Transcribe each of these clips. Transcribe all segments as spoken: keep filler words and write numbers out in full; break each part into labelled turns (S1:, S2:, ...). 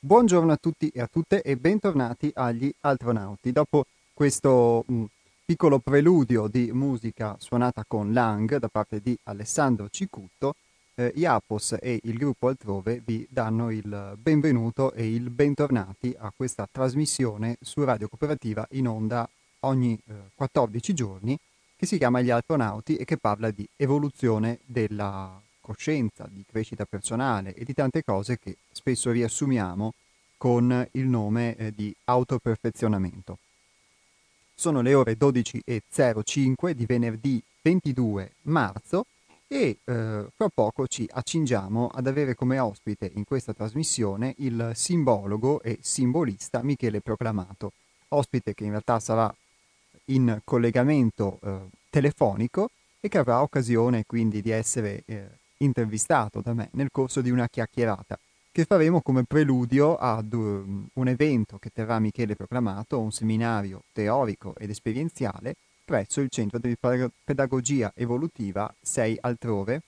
S1: Buongiorno a tutti e a tutte e bentornati agli Altronauti. Dopo questo mh, piccolo preludio di musica suonata con Lang da parte di Alessandro Cicutto, eh, Iapos e il gruppo Altrove vi danno il benvenuto e il bentornati a questa trasmissione su Radio Cooperativa in onda ogni eh, quattordici giorni, che si chiama Gli Altronauti e che parla di evoluzione della coscienza, di crescita personale e di tante cose che spesso riassumiamo con il nome eh, di autoperfezionamento. Sono le ore dodici e zero cinque di venerdì ventidue marzo e eh, fra poco ci accingiamo ad avere come ospite in questa trasmissione il simbologo e simbolista Michele Proclamato, ospite che in realtà sarà in collegamento eh, telefonico e che avrà occasione quindi di essere eh, intervistato da me nel corso di una chiacchierata che faremo come preludio ad um, un evento che terrà Michele Proclamato, un seminario teorico ed esperienziale presso il Centro di Pedagogia Evolutiva sei Altrove,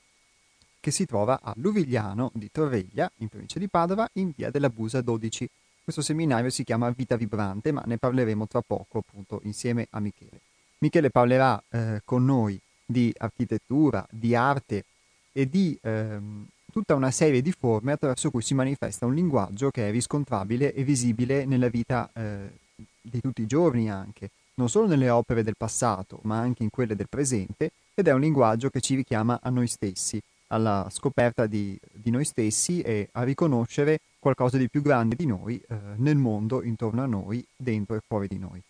S1: che si trova a Luvigliano di Torreglia, in provincia di Padova, in via della Busa dodici. Questo seminario si chiama Vita Vibrante, ma ne parleremo tra poco, appunto, insieme a Michele. Michele parlerà eh, con noi di architettura, di arte e di ehm, tutta una serie di forme attraverso cui si manifesta un linguaggio che è riscontrabile e visibile nella vita eh, di tutti i giorni anche, non solo nelle opere del passato, ma anche in quelle del presente, ed è un linguaggio che ci richiama a noi stessi, alla scoperta di, di noi stessi e a riconoscere qualcosa di più grande di noi eh, nel mondo, intorno a noi, dentro e fuori di noi.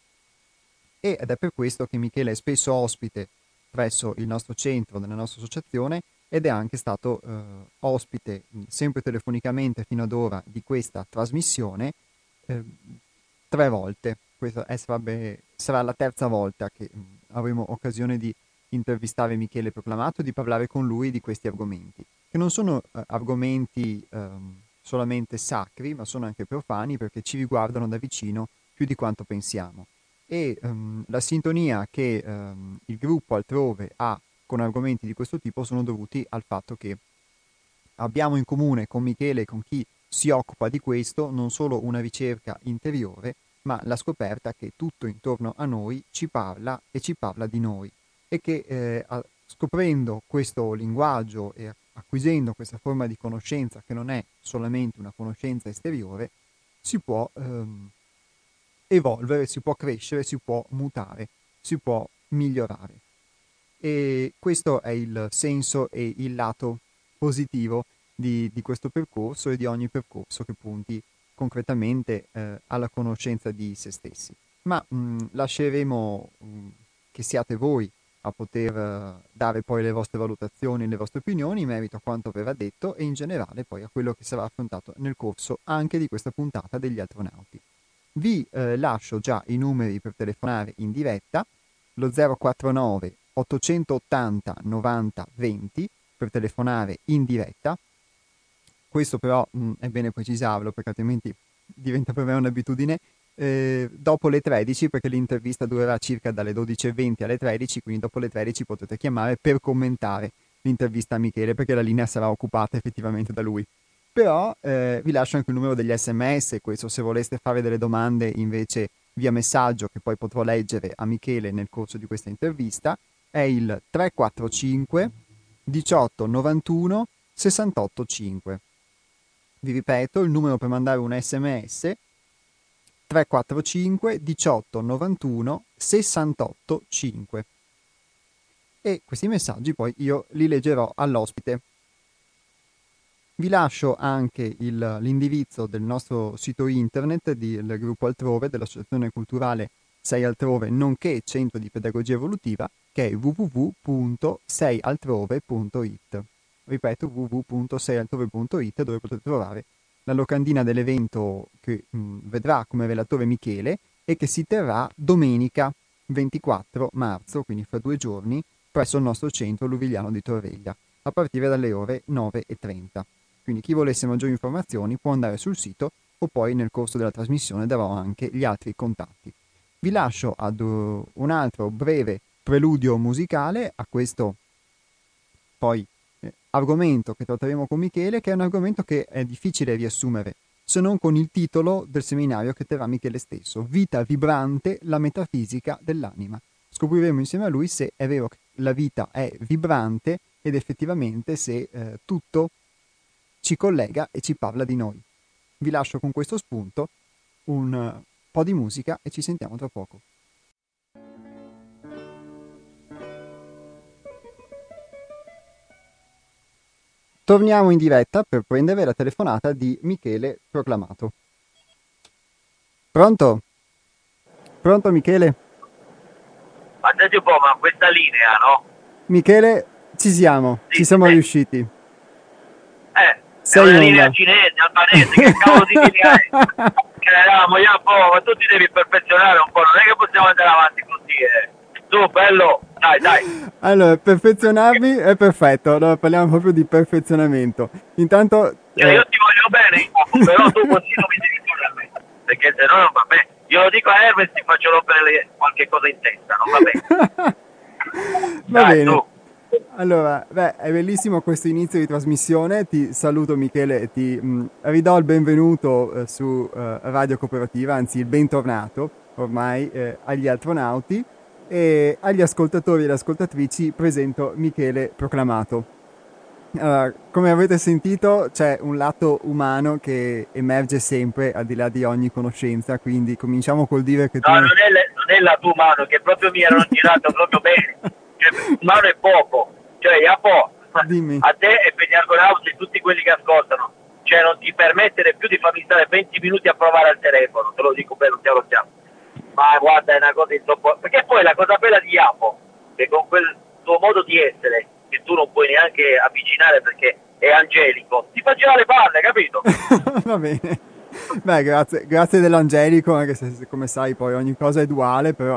S1: Ed è per questo che Michele è spesso ospite presso il nostro centro, nella nostra associazione, ed è anche stato eh, ospite, mh, sempre telefonicamente fino ad ora, di questa trasmissione eh, tre volte. Questa è, sarebbe, sarà la terza volta che mh, avremo occasione di intervistare Michele Proclamato e di parlare con lui di questi argomenti, che non sono eh, argomenti ehm, solamente sacri, ma sono anche profani perché ci riguardano da vicino più di quanto pensiamo. E ehm, la sintonia che ehm, il gruppo Altrove ha con argomenti di questo tipo sono dovuti al fatto che abbiamo in comune con Michele e con chi si occupa di questo non solo una ricerca interiore, ma la scoperta che tutto intorno a noi ci parla e ci parla di noi e che eh, a- scoprendo questo linguaggio e acquisendo questa forma di conoscenza che non è solamente una conoscenza esteriore, si può ehm, evolvere, si può crescere, si può mutare, si può migliorare. E questo è il senso e il lato positivo di, di questo percorso e di ogni percorso che punti concretamente eh, alla conoscenza di se stessi. Ma mh, lasceremo mh, che siate voi a poter eh, dare poi le vostre valutazioni, le vostre opinioni in merito a quanto verrà detto e in generale poi a quello che sarà affrontato nel corso anche di questa puntata degli Astronauti. Vi eh, lascio già i numeri per telefonare in diretta, lo zero quattro nove ottocentottanta novanta venti per telefonare in diretta. Questo però mh, è bene precisarlo perché altrimenti diventa per me un'abitudine. Eh, dopo le tredici, perché l'intervista durerà circa dalle dodici e venti alle tredici, quindi dopo le tredici potete chiamare per commentare l'intervista a Michele perché la linea sarà occupata effettivamente da lui. Però eh, vi lascio anche il numero degli sms, questo se voleste fare delle domande invece via messaggio che poi potrò leggere a Michele nel corso di questa intervista, è il tre quattro cinque diciotto novantuno sessantotto cinque. Vi ripeto, il numero per mandare un sms tre quattro cinque diciotto novantuno sessantotto cinque. E questi messaggi poi io li leggerò all'ospite. Vi lascio anche il, l'indirizzo del nostro sito internet del gruppo Altrove, dell'Associazione Culturale sei Altrove, nonché Centro di Pedagogia Evolutiva, che è w w w punto sei altrove punto i t. Ripeto, w w w punto sei altrove punto i t, dove potete trovare la locandina dell'evento che mh, vedrà come relatore Michele e che si terrà domenica ventiquattro marzo, quindi fra due giorni, presso il nostro centro Luvigliano di Torreglia, a partire dalle ore nove e trenta. Quindi chi volesse maggiori informazioni può andare sul sito o poi nel corso della trasmissione darò anche gli altri contatti. Vi lascio ad uh, un altro breve preludio musicale a questo poi eh, argomento che tratteremo con Michele, che è un argomento che è difficile riassumere se non con il titolo del seminario che terrà Michele stesso, Vita vibrante, la metafisica dell'anima. Scopriremo insieme a lui se è vero che la vita è vibrante ed effettivamente se eh, tutto ci collega e ci parla di noi. Vi lascio con questo spunto un uh, po' di musica e ci sentiamo tra poco. Torniamo in diretta per prendere la telefonata di Michele Proclamato. Pronto? Pronto Michele?
S2: Attenti un po', ma questa linea, no?
S1: Michele, ci siamo, sì, ci siamo sì. riusciti.
S2: Eh, Sei è una linea cinese, albanese, che cavolo di linea è? Che eravamo io un po', ma tu ti devi perfezionare un po', non è che possiamo andare avanti così, eh. Tu, bello, dai, dai.
S1: Allora, perfezionarmi è perfetto, allora parliamo proprio di perfezionamento. Intanto...
S2: Cioè, eh... io ti voglio bene, però tu così non mi devi dire a me, perché se no non va bene. Io lo dico a Hermes, ti faccio rompere le... qualche cosa in testa, non va bene.
S1: Va dai, bene. Tu. Allora, beh, è bellissimo questo inizio di trasmissione, ti saluto Michele e ti mh, ridò il benvenuto eh, su eh, Radio Cooperativa, anzi il bentornato ormai eh, agli astronauti. E agli ascoltatori e alle ascoltatrici presento Michele Proclamato. Uh, come avete sentito c'è un lato umano che emerge sempre al di là di ogni conoscenza, quindi cominciamo col dire che tu...
S2: No, non è, le, non è il lato umano, che proprio mi erano girato proprio bene. Cioè, umano è poco, cioè a po'.
S1: Dimmi.
S2: A te e per gli argonauti e tutti quelli che ascoltano. Cioè non ti permettere più di farmi stare venti minuti a provare al telefono, te lo dico bello chiaro chiaro. Ma guarda, è una cosa insopportabile. Perché poi la cosa bella di Japo, che con quel tuo modo di essere, che tu non puoi neanche avvicinare perché è angelico, ti fa girare le palle, capito?
S1: Va bene. Beh, grazie, grazie dell'angelico, anche se come sai poi ogni cosa è duale, però...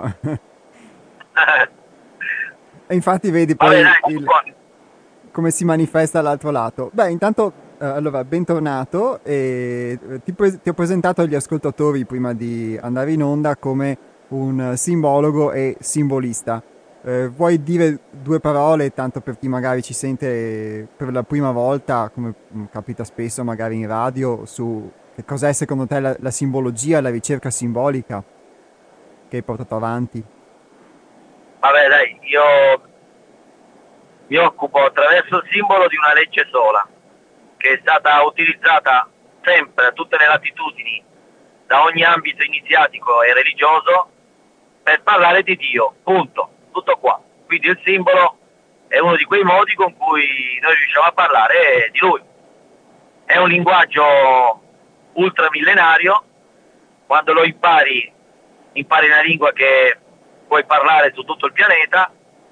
S1: e infatti vedi poi
S2: Vabbè, dai,
S1: il... come si manifesta all'altro lato. Beh, intanto... Uh, allora, bentornato e ti, pre- ti ho presentato agli ascoltatori prima di andare in onda come un simbologo e simbolista. Uh, vuoi dire due parole, tanto per chi magari ci sente per la prima volta, come capita spesso magari in radio, su che cos'è secondo te la, la simbologia, la ricerca simbolica che hai portato avanti?
S2: Vabbè dai, io mi occupo attraverso il simbolo di una legge sola, che è stata utilizzata sempre a tutte le latitudini da ogni ambito iniziatico e religioso per parlare di Dio, punto, tutto qua. Quindi il simbolo è uno di quei modi con cui noi riusciamo a parlare di Lui. È un linguaggio ultramillenario, quando lo impari, impari una lingua che puoi parlare su tutto il pianeta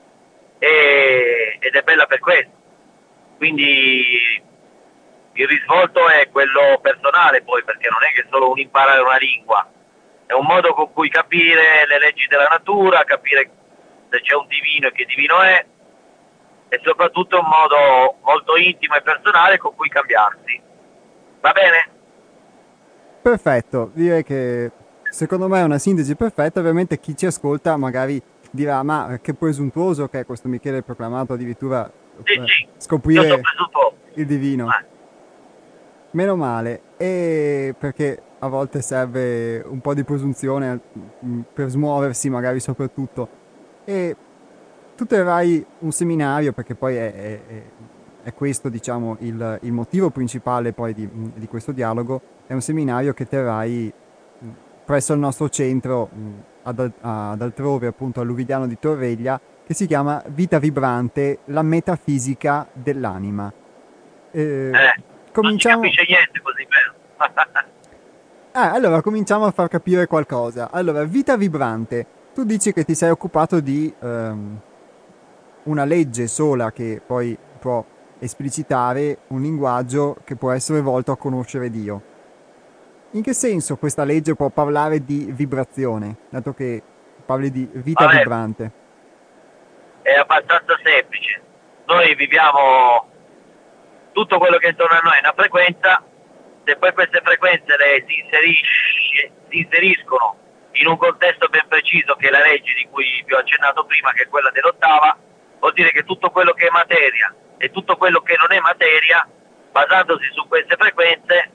S2: e, ed è bella per questo. Quindi il risvolto è quello personale poi, perché non è che solo un imparare una lingua, è un modo con cui capire le leggi della natura, capire se c'è un divino e che divino è, e soprattutto un modo molto intimo e personale con cui cambiarsi. Va bene?
S1: Perfetto, direi che secondo me è una sintesi perfetta. Ovviamente chi ci ascolta magari dirà ma che presuntuoso che è questo Michele Proclamato, addirittura
S2: sì,
S1: eh,
S2: sì.
S1: scoprire il divino. Eh. Meno male, e perché a volte serve un po' di presunzione per smuoversi magari soprattutto. E tu terrai un seminario, perché poi è, è, è questo diciamo il, il motivo principale poi di, di questo dialogo, è un seminario che terrai presso il nostro centro ad, ad altrove, appunto a Luvigliano di Torreglia, che si chiama Vita Vibrante, la metafisica dell'anima.
S2: Eh, eh, cominciamo... Non si capisce niente così, vero?
S1: Ah, allora cominciamo a far capire qualcosa. Allora, Vita Vibrante, tu dici che ti sei occupato di um, una legge sola che poi può esplicitare un linguaggio che può essere volto a conoscere Dio. In che senso questa legge può parlare di vibrazione, dato che parli di vita
S2: Vabbè,
S1: vibrante?
S2: È abbastanza semplice. Noi viviamo, tutto quello che è intorno a noi è una frequenza, se poi queste frequenze le si, inserisce, si inseriscono in un contesto ben preciso, che è la legge di cui vi ho accennato prima, che è quella dell'ottava, vuol dire che tutto quello che è materia e tutto quello che non è materia, basandosi su queste frequenze,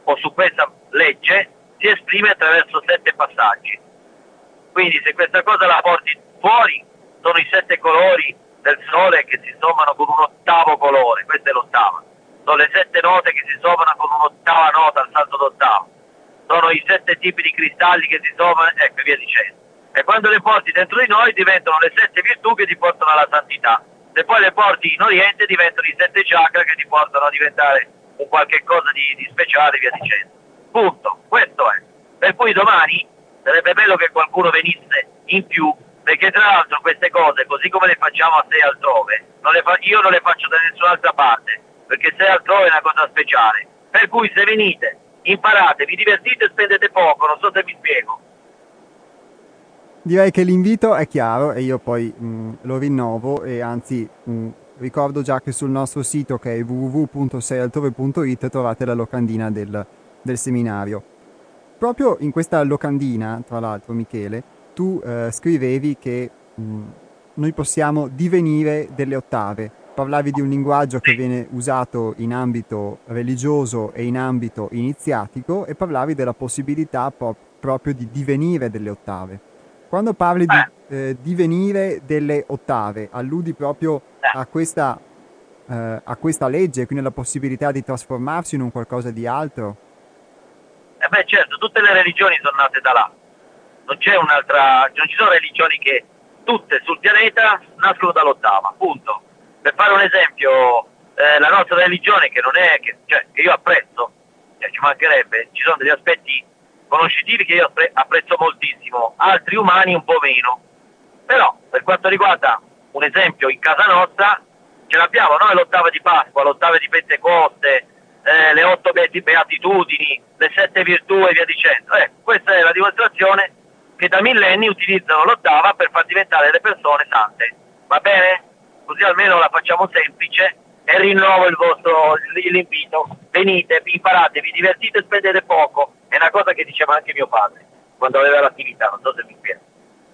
S2: o su questa legge si esprime attraverso sette passaggi. Quindi se questa cosa la porti fuori, sono i sette colori del sole che si sommano con un ottavo colore, questa è l'ottava. Sono le sette note che si sommano con un'ottava nota al salto d'ottava. Sono i sette tipi di cristalli che si sommano, ecco, e via dicendo. E quando le porti dentro di noi diventano le sette virtù che ti portano alla santità. Se poi le porti in Oriente diventano i sette chakra che ti portano a diventare un qualche cosa di, di speciale, via dicendo. Punto. Questo è. Per cui domani sarebbe bello che qualcuno venisse in più, perché tra l'altro queste cose, così come le facciamo a sei altrove, non le fa- io non le faccio da nessun'altra parte, perché sei altrove è una cosa speciale. Per cui se venite, imparate, vi divertite e spendete poco, non so se mi spiego.
S1: Direi che l'invito è chiaro e io poi mh, lo rinnovo e anzi mh, ricordo già che sul nostro sito, che è w w w punto sei altrove punto i t, trovate la locandina del, del seminario. Proprio in questa locandina, tra l'altro, Michele, tu eh, scrivevi che mh, noi possiamo divenire delle ottave. Parlavi di un linguaggio che viene usato in ambito religioso e in ambito iniziatico e parlavi della possibilità po- proprio di divenire delle ottave. Quando parli di eh, divenire delle ottave, alludi proprio a questa, eh, a questa legge, quindi alla possibilità di trasformarsi in un qualcosa di altro?
S2: Eh beh certo, tutte le religioni sono nate da là. Non c'è un'altra, non ci sono religioni che tutte sul pianeta nascono dall'ottava, punto. Per fare un esempio, eh, la nostra religione che non è, che, cioè, che io apprezzo, cioè, ci mancherebbe, ci sono degli aspetti conoscitivi che io appre- apprezzo moltissimo, altri umani un po' meno. Però per quanto riguarda un esempio in casa nostra, ce l'abbiamo noi l'ottava di Pasqua, l'ottava di Pentecoste, eh, le otto beatitudini, le sette virtù e via dicendo. Eh, questa è la dimostrazione che da millenni utilizzano l'ottava per far diventare le persone sante. Va bene? Così almeno la facciamo semplice e rinnovo il vostro l'invito. Venite, imparate, vi divertite e spendete poco. È una cosa che diceva anche mio padre quando aveva l'attività, non so se mi spiego.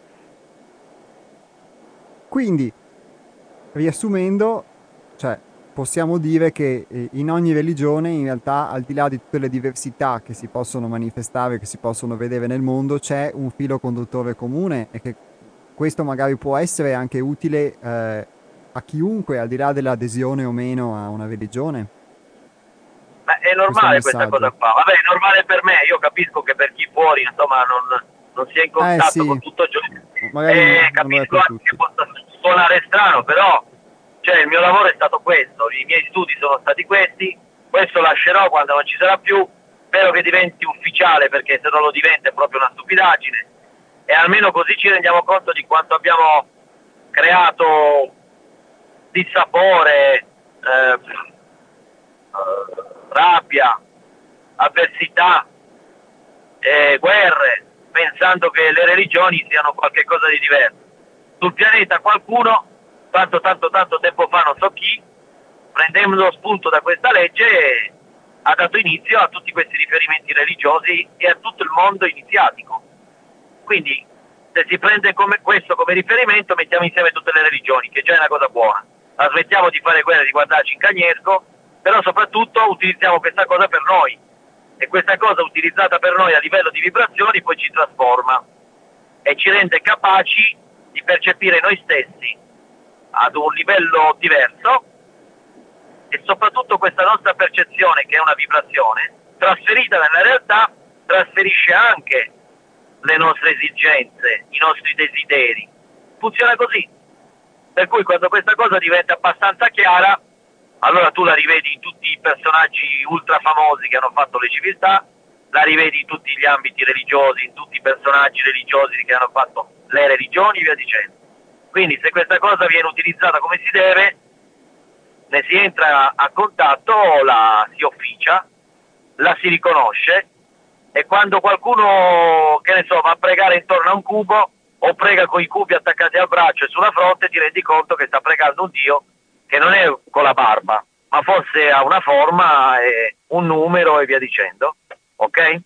S1: Quindi, riassumendo, cioè, possiamo dire che eh, in ogni religione, in realtà, al di là di tutte le diversità che si possono manifestare, che si possono vedere nel mondo, c'è un filo conduttore comune e che questo magari può essere anche utile eh, a chiunque, al di là dell'adesione o meno a una religione.
S2: Ma è normale questa cosa qua, vabbè, è normale per me, io capisco che per chi fuori, insomma, non, non sia in contatto
S1: eh sì,
S2: con tutto ciò,
S1: eh,
S2: capisco anche che possa suonare strano, però cioè, il mio lavoro è stato questo, i miei studi sono stati questi, questo lascerò quando non ci sarà più, spero che diventi ufficiale, perché se non lo diventa è proprio una stupidaggine, e almeno così ci rendiamo conto di quanto abbiamo creato dissapore, eh, rabbia, avversità, eh, guerre, pensando che le religioni siano qualcosa di diverso. Sul pianeta qualcuno, tanto tanto tanto tempo fa, non so chi, prendendo spunto da questa legge, ha dato inizio a tutti questi riferimenti religiosi e a tutto il mondo iniziatico. Quindi, se si prende come questo come riferimento, mettiamo insieme tutte le religioni, che già è una cosa buona. La smettiamo di fare guerra, di guardarci in cagnesco, però soprattutto utilizziamo questa cosa per noi. E questa cosa utilizzata per noi a livello di vibrazioni poi ci trasforma e ci rende capaci di percepire noi stessi ad un livello diverso, e soprattutto questa nostra percezione, che è una vibrazione, trasferita nella realtà, trasferisce anche le nostre esigenze, i nostri desideri. Funziona così. Per cui quando questa cosa diventa abbastanza chiara, allora tu la rivedi in tutti i personaggi ultra famosi che hanno fatto le civiltà, la rivedi in tutti gli ambiti religiosi, in tutti i personaggi religiosi che hanno fatto le religioni e via dicendo. Quindi se questa cosa viene utilizzata come si deve, ne si entra a contatto, la si officia, la si riconosce, e quando qualcuno, che ne so, va a pregare intorno a un cubo o prega con i cubi attaccati al braccio e sulla fronte, ti rendi conto che sta pregando un Dio che non è con la barba, ma forse ha una forma, e un numero e via dicendo, ok?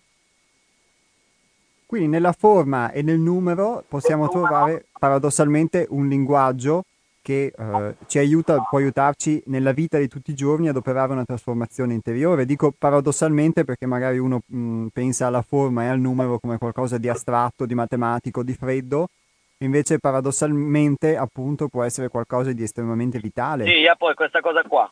S1: Quindi nella forma e nel numero possiamo trovare paradossalmente un linguaggio che eh, ci aiuta, può aiutarci nella vita di tutti i giorni ad operare una trasformazione interiore. Dico paradossalmente perché magari uno mh, pensa alla forma e al numero come qualcosa di astratto, di matematico, di freddo, invece paradossalmente appunto può essere qualcosa di estremamente vitale.
S2: Sì, e poi questa cosa qua.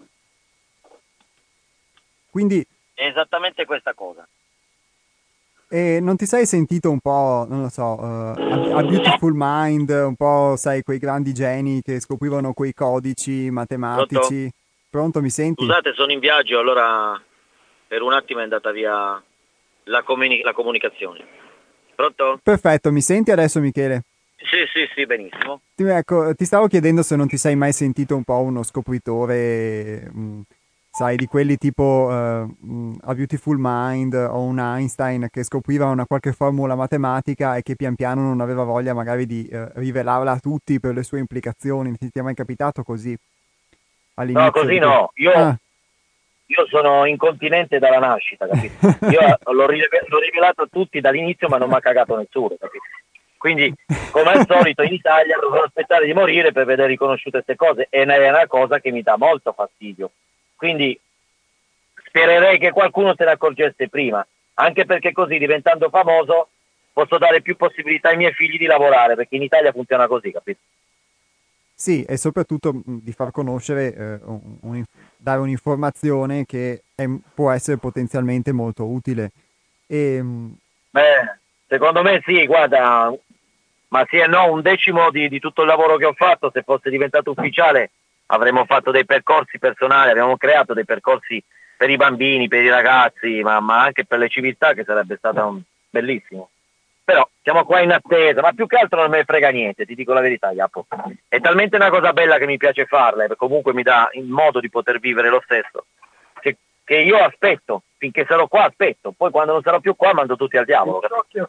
S1: Quindi
S2: è esattamente questa cosa.
S1: E non ti sei sentito un po', non lo so, uh, a, a Beautiful Mind, un po', sai, quei grandi geni che scoprivano quei codici
S2: Pronto?
S1: matematici? Pronto, mi senti?
S2: Scusate, sono in viaggio, allora per un attimo è andata via la, comuni- la comunicazione. Pronto?
S1: Perfetto, mi senti adesso, Michele?
S2: Sì, sì, sì, benissimo.
S1: Ti, ecco, ti stavo chiedendo se non ti sei mai sentito un po' uno scopritore, mh, sai, di quelli tipo eh, mh, A Beautiful Mind o un Einstein che scopriva una qualche formula matematica e che pian piano non aveva voglia magari di eh, rivelarla a tutti per le sue implicazioni. Ti è mai capitato così
S2: No,
S1: all'inizio
S2: così
S1: di que-
S2: no. Io,
S1: Ah,
S2: io sono incontinente dalla nascita, capito? Io l'ho, rive- l'ho rivelato a tutti dall'inizio, ma non mi ha cagato nessuno, capito? Quindi, come al solito, in Italia dovrò aspettare di morire per vedere riconosciute queste cose, e è una cosa che mi dà molto fastidio. Quindi spererei che qualcuno se ne accorgesse prima, anche perché così, diventando famoso, posso dare più possibilità ai miei figli di lavorare, perché in Italia funziona così, capito?
S1: sì, e soprattutto mh, di far conoscere, eh, un- un- dare un'informazione che è- può essere potenzialmente molto utile. E, mh,
S2: Beh, secondo me sì, guarda, ma sì e no, un decimo di, di tutto il lavoro che ho fatto, se fosse diventato ufficiale, avremmo fatto dei percorsi personali, abbiamo creato dei percorsi per i bambini, per i ragazzi, ma, ma anche per le civiltà, che sarebbe stato un, bellissimo. Però siamo qua in attesa, ma più che altro non me ne frega niente, ti dico la verità, Japo. È talmente una cosa bella che mi piace farla, e comunque mi dà il modo di poter vivere lo stesso, che, che io aspetto, finché sarò qua aspetto, poi quando non sarò più qua mando tutti al diavolo.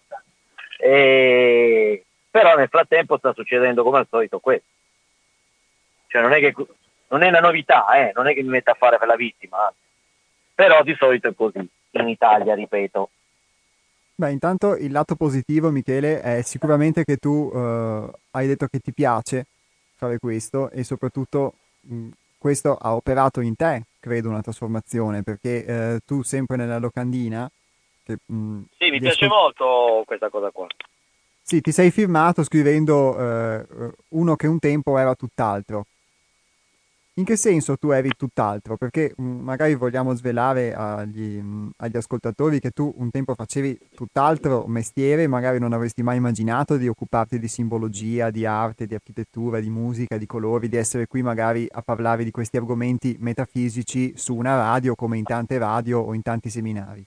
S2: E... Però nel frattempo sta succedendo come al solito questo. Cioè non è che non è una novità, eh? Non è che mi metta a fare per la vittima, anzi. Però di solito è così, in Italia, ripeto.
S1: beh, intanto il lato positivo, Michele, è sicuramente che tu eh, hai detto che ti piace fare questo e soprattutto mh, questo ha operato in te, credo, una trasformazione, perché eh, tu sempre nella locandina, che, mh,
S2: Sì, mi
S1: di
S2: piace
S1: ascol-
S2: molto questa cosa qua.
S1: sì, ti sei firmato scrivendo eh, uno che un tempo era tutt'altro. In che senso tu eri tutt'altro? Perché mh, magari vogliamo svelare agli, mh, agli ascoltatori che tu un tempo facevi tutt'altro mestiere, magari non avresti mai immaginato di occuparti di simbologia, di arte, di architettura, di musica, di colori, di essere qui magari a parlare di questi argomenti metafisici su una radio come in tante radio o in tanti seminari.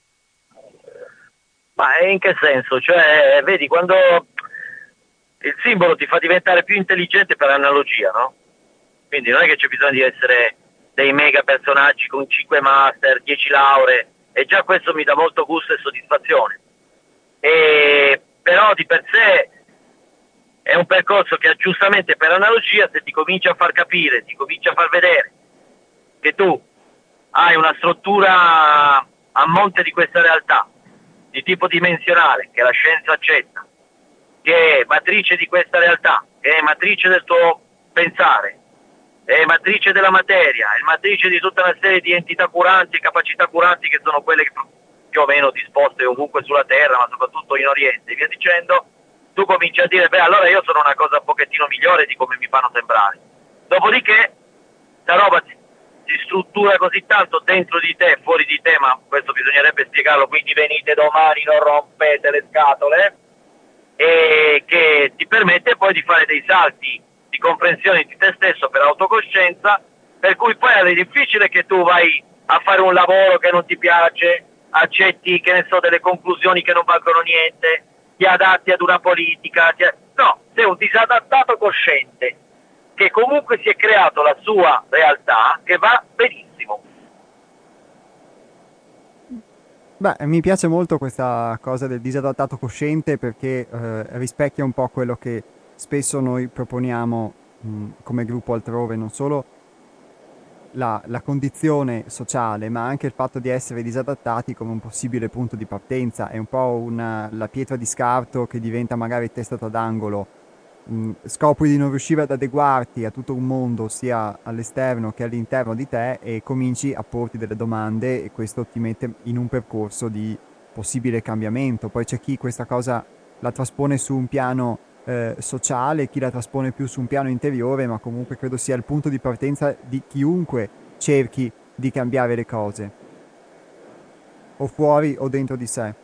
S2: Ma in che senso? Cioè, vedi, quando il simbolo ti fa diventare più intelligente per analogia, no? Quindi non è che c'è bisogno di essere dei mega personaggi con cinque master, dieci lauree, e già questo mi dà molto gusto e soddisfazione. E, però di per sé è un percorso che giustamente per analogia, se ti comincia a far capire, ti comincia a far vedere che tu hai una struttura a monte di questa realtà, di tipo dimensionale, che la scienza accetta, che è matrice di questa realtà, che è matrice del tuo pensare, è matrice della materia, è matrice di tutta una serie di entità curanti e capacità curanti che sono quelle che più o meno disposte ovunque sulla Terra, ma soprattutto in Oriente, e via dicendo, tu cominci a dire, beh, allora io sono una cosa un pochettino migliore di come mi fanno sembrare. Dopodiché, sta roba si, si struttura così tanto dentro di te, fuori di te, ma questo bisognerebbe spiegarlo, quindi venite domani, non rompete le scatole, e che ti permette poi di fare dei salti di comprensione di te stesso per autocoscienza, per cui poi è difficile che tu vai a fare un lavoro che non ti piace, accetti, che ne so, delle conclusioni che non valgono niente, ti adatti ad una politica, ti... no, sei un disadattato cosciente che comunque si è creato la sua realtà che va benissimo.
S1: Beh, mi piace molto questa cosa del disadattato cosciente perché eh, rispecchia un po' quello che spesso noi proponiamo mh, come gruppo altrove, non solo la, la condizione sociale, ma anche il fatto di essere disadattati come un possibile punto di partenza. È un po' una, la pietra di scarto che diventa magari testata d'angolo mh, scopri di non riuscire ad adeguarti a tutto un mondo sia all'esterno che all'interno di te e cominci a porti delle domande e questo ti mette in un percorso di possibile cambiamento. Poi c'è chi questa cosa la traspone su un piano eh, sociale, chi la traspone più su un piano interiore, ma comunque credo sia il punto di partenza di chiunque cerchi di cambiare le cose, o fuori o dentro di sé.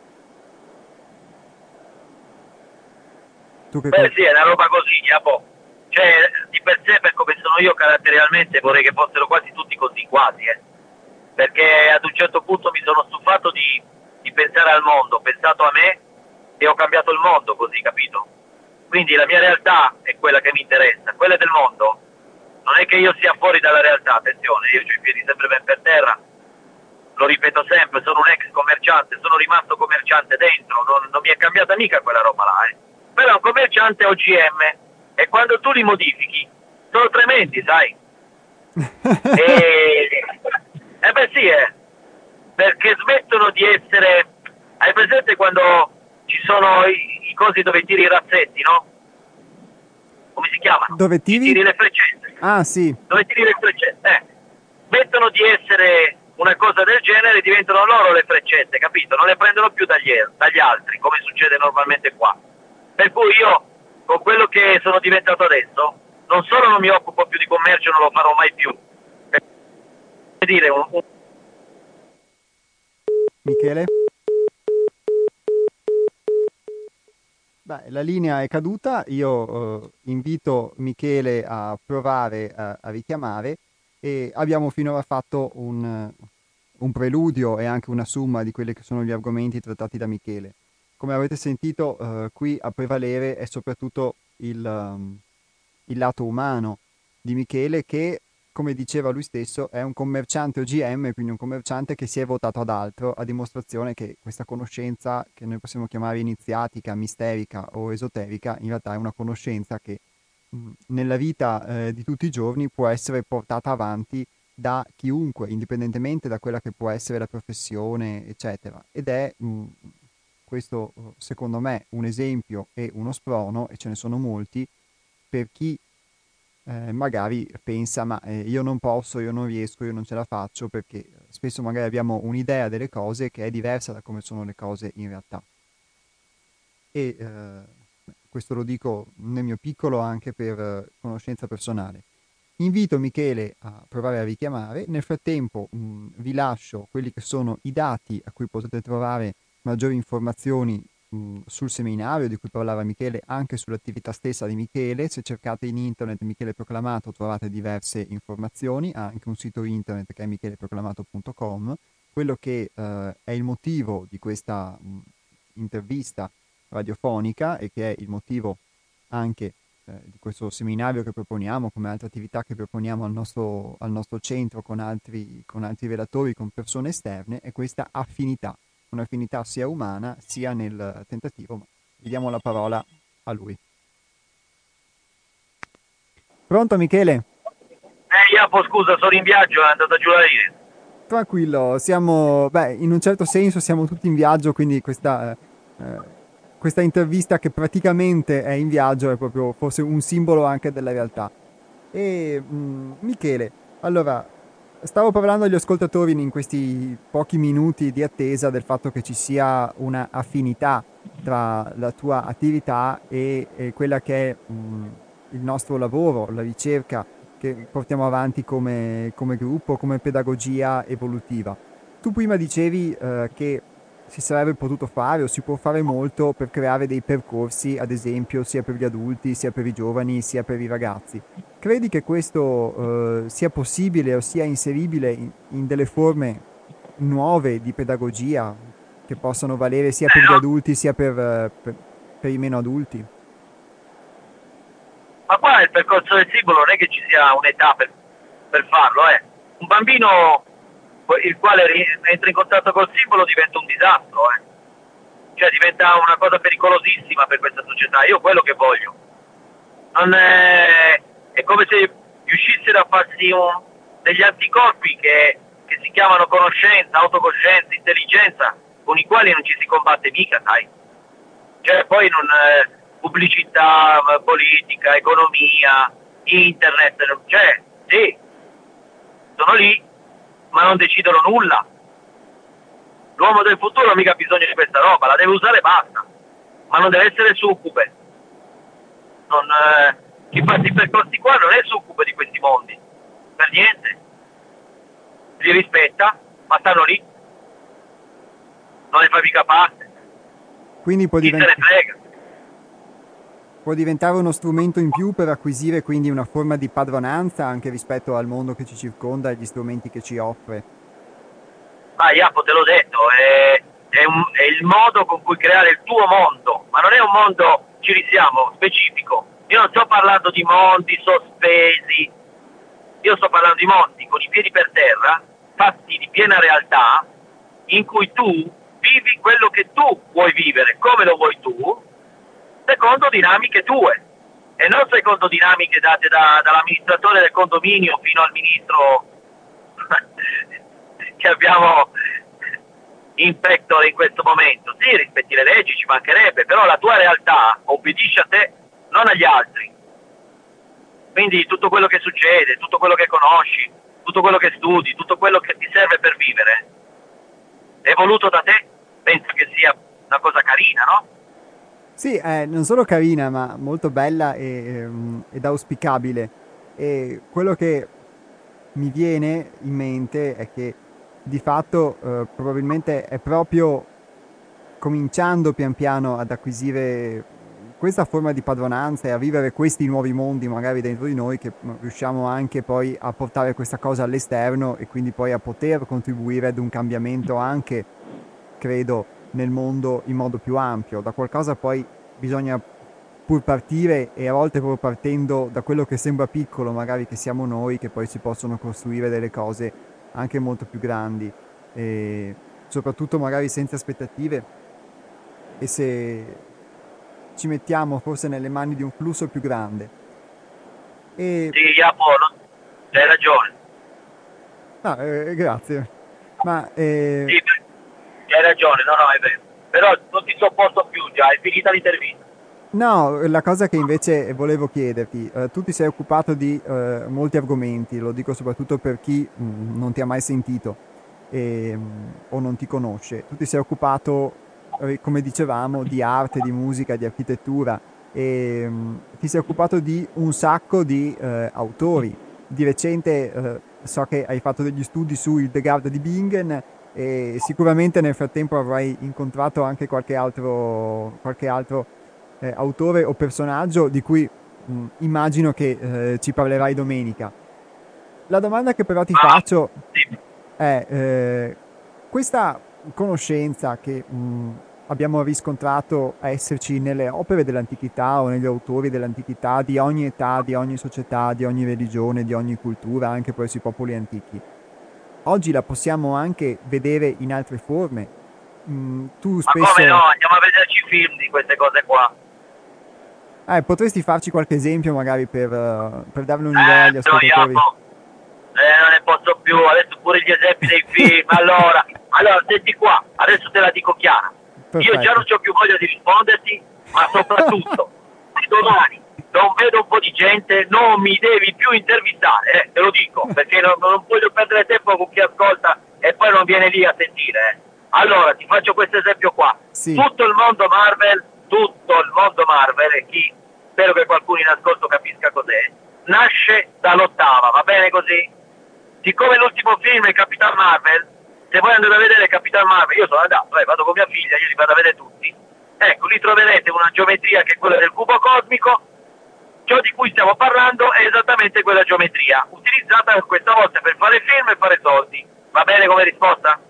S1: Tu che
S2: Beh
S1: cosa...
S2: sì, è una roba così, a po'. Cioè, di per sé, per come sono io caratterialmente, vorrei che fossero quasi tutti così, quasi, eh. Perché ad un certo punto mi sono stufato di, di pensare al mondo, ho pensato a me e ho cambiato il mondo così, capito? Quindi la mia realtà è quella che mi interessa, quella del mondo non è che io sia fuori dalla realtà, attenzione, io ho i piedi sempre ben per terra, lo ripeto sempre, sono un ex commerciante, sono rimasto commerciante dentro, non, non mi è cambiata mica quella roba là, eh. Però è un commerciante O G M e quando tu li modifichi sono tremendi, sai? E eh beh sì, eh, perché smettono di essere, hai presente quando ci sono i, i cosi dove tiri i razzetti, no? Come si chiamano?
S1: Dove
S2: Ci
S1: tiri?
S2: tiri le freccette.
S1: Ah sì,
S2: Dove tiri le freccette? Eh, smettono di essere una cosa del genere, diventano loro le freccette, capito? Non le prendono più dagli, dagli altri, come succede normalmente qua. Per cui io, con quello che sono diventato adesso, non solo non mi occupo più di commercio, non lo farò mai più. Per dire, un, un
S1: Michele? Beh, la linea è caduta, io eh, invito Michele a provare a, a richiamare e abbiamo finora fatto un, eh, un preludio e anche una somma di quelli che sono gli argomenti trattati da Michele. Come avete sentito, eh, qui a prevalere è soprattutto il, um, il lato umano di Michele che, come diceva lui stesso, è un commerciante O G M, quindi un commerciante che si è votato ad altro, a dimostrazione che questa conoscenza, che noi possiamo chiamare iniziatica, misterica o esoterica, in realtà è una conoscenza che mh, nella vita eh, di tutti i giorni può essere portata avanti da chiunque, indipendentemente da quella che può essere la professione, eccetera. Ed è mh, questo, secondo me, un esempio e uno sprono, e ce ne sono molti, per chi eh, magari pensa, ma eh, io non posso, io non riesco, io non ce la faccio, perché spesso magari abbiamo un'idea delle cose che è diversa da come sono le cose in realtà. E eh, questo lo dico nel mio piccolo anche per eh, conoscenza personale. Invito Michele a provare a richiamare, nel frattempo mh, vi lascio quelli che sono i dati a cui potete trovare maggiori informazioni mh, sul seminario di cui parlava Michele, anche sull'attività stessa di Michele. Se cercate in internet Michele Proclamato trovate diverse informazioni, ha anche un sito internet che è micheleproclamato punto com. Quello che eh, è il motivo di questa mh, intervista radiofonica e che è il motivo anche eh, di questo seminario che proponiamo, come altre attività che proponiamo al nostro, al nostro centro con altri, con altri relatori, con persone esterne, è questa affinità, un'affinità sia umana sia nel tentativo, ma gli diamo la parola a lui. Pronto Michele?
S2: Eh, Iapo, scusa, sono in viaggio, è andata giù la linea.
S1: Tranquillo, siamo, beh, in un certo senso siamo tutti in viaggio, quindi questa, eh, eh, questa intervista che praticamente è in viaggio è proprio forse un simbolo anche della realtà. E mh, Michele, allora, stavo parlando agli ascoltatori in questi pochi minuti di attesa del fatto che ci sia una affinità tra la tua attività e, e quella che è mh, il nostro lavoro, la ricerca che portiamo avanti come, come gruppo, come pedagogia evolutiva. Tu prima dicevi eh, che si sarebbe potuto fare o si può fare molto per creare dei percorsi, ad esempio, sia per gli adulti, sia per i giovani, sia per i ragazzi. Credi che questo eh, sia possibile o sia inseribile in, in delle forme nuove di pedagogia che possano valere sia per
S2: Eh,
S1: gli
S2: no.
S1: adulti sia per, eh, per, per i meno adulti?
S2: Ma qua il percorso del simbolo non è che ci sia un'età per, per farlo, eh. Un bambino il quale ri- entra in contatto col simbolo diventa un disastro, eh. Cioè diventa una cosa pericolosissima per questa società. Io quello che voglio. Non è, è come se riuscissero a farsi un, degli anticorpi che, che si chiamano conoscenza, autocoscienza, intelligenza, con i quali non ci si combatte mica, sai? Cioè poi non, eh, pubblicità, politica, economia, internet, cioè, sì, sono lì, ma non decidono nulla. L'uomo del futuro mica ha bisogno di questa roba, la deve usare e basta, ma non deve essere succube. Non, eh, chi fa questi percorsi qua non è succube di questi mondi, per niente. Li rispetta, ma stanno lì, non ne fa mica parte.
S1: Quindi può,
S2: Chi
S1: divent-
S2: se ne frega.
S1: può diventare uno strumento in più per acquisire quindi una forma di padronanza anche rispetto al mondo che ci circonda e agli strumenti che ci offre.
S2: Ma Japo, te l'ho detto, è, è, un, è il modo con cui creare il tuo mondo, ma non è un mondo, ci risiamo, specifico. Io non sto parlando di mondi sospesi, io sto parlando di mondi con i piedi per terra, fatti di piena realtà, in cui tu vivi quello che tu vuoi vivere, come lo vuoi tu, secondo dinamiche tue, e non secondo dinamiche date da, dall'amministratore del condominio fino al ministro che abbiamo in pectore in questo momento. Sì, rispetti le leggi, ci mancherebbe, però la tua realtà obbedisce a te, non agli altri. Quindi tutto quello che succede, tutto quello che conosci, tutto quello che studi, tutto quello che ti serve per vivere è voluto da te. Penso che sia una cosa carina, no?
S1: Sì, è non solo carina, ma molto bella e, ehm, ed auspicabile. E quello che mi viene in mente è che di fatto eh, probabilmente è proprio cominciando pian piano ad acquisire questa forma di padronanza e a vivere questi nuovi mondi magari dentro di noi che mm, riusciamo anche poi a portare questa cosa all'esterno e quindi poi a poter contribuire ad un cambiamento anche, credo, nel mondo in modo più ampio. Da qualcosa poi bisogna pur partire e a volte proprio partendo da quello che sembra piccolo, magari che siamo noi, che poi si possono costruire delle cose anche molto più grandi e soprattutto magari senza aspettative e se ci mettiamo forse nelle mani di un flusso più grande. E
S2: Sì, Japo, no, hai ragione.
S1: ah, eh, grazie. Ma eh,
S2: Sì, hai ragione, no, no, è vero. Però non ti sopporto più già, è finita l'intervista.
S1: no, la cosa che invece volevo chiederti, eh, tu ti sei occupato di eh, molti argomenti, lo dico soprattutto per chi mh, non ti ha mai sentito e, mh, o non ti conosce. Tu ti sei occupato, eh, come dicevamo, di arte, di musica, di architettura e mh, ti sei occupato di un sacco di eh, autori. Di recente eh, so che hai fatto degli studi su Hildegard di Bingen e sicuramente nel frattempo avrai incontrato anche qualche altro, qualche altro eh, autore o personaggio di cui mh, immagino che eh, ci parlerai domenica. La domanda che però ti
S2: Ma
S1: faccio
S2: sì,
S1: è eh, questa conoscenza che mh, abbiamo riscontrato esserci nelle opere dell'antichità o negli autori dell'antichità di ogni età, di ogni società, di ogni religione, di ogni cultura, anche presso i popoli antichi. Oggi la possiamo anche vedere in altre forme. Mm, tu
S2: ma come no?
S1: spesso
S2: Andiamo a vederci film di queste cose qua.
S1: Eh, potresti farci qualche esempio magari per, eh, per darne un'idea
S2: Eh,
S1: agli
S2: no,
S1: ascoltatori?
S2: Japo, eh, non ne posso più, adesso pure gli esempi dei film. Allora, allora, senti qua, adesso te la dico chiara. Io già non
S1: Perfetto.
S2: ho più voglia di risponderti, ma soprattutto, se domani non vedo un po' di gente, non mi devi più intervistare, eh, te lo dico, perché non, non voglio perdere tempo con chi ascolta e poi non viene lì a sentire. Eh. Allora, ti faccio questo esempio qua.
S1: Sì,
S2: Tutto il mondo Marvel, tutto il mondo Marvel, e chi, spero che qualcuno in ascolto capisca cos'è, nasce dall'ottava, va bene così? Siccome l'ultimo film è Capitan Marvel, se voi andate a vedere Capitan Marvel, io sono andato, eh, vado con mia figlia, io li vado a vedere tutti, ecco, lì troverete una geometria che è quella del cubo cosmico. Ciò di cui stiamo parlando è esattamente quella geometria, utilizzata questa volta per fare film e fare soldi. Va bene come risposta?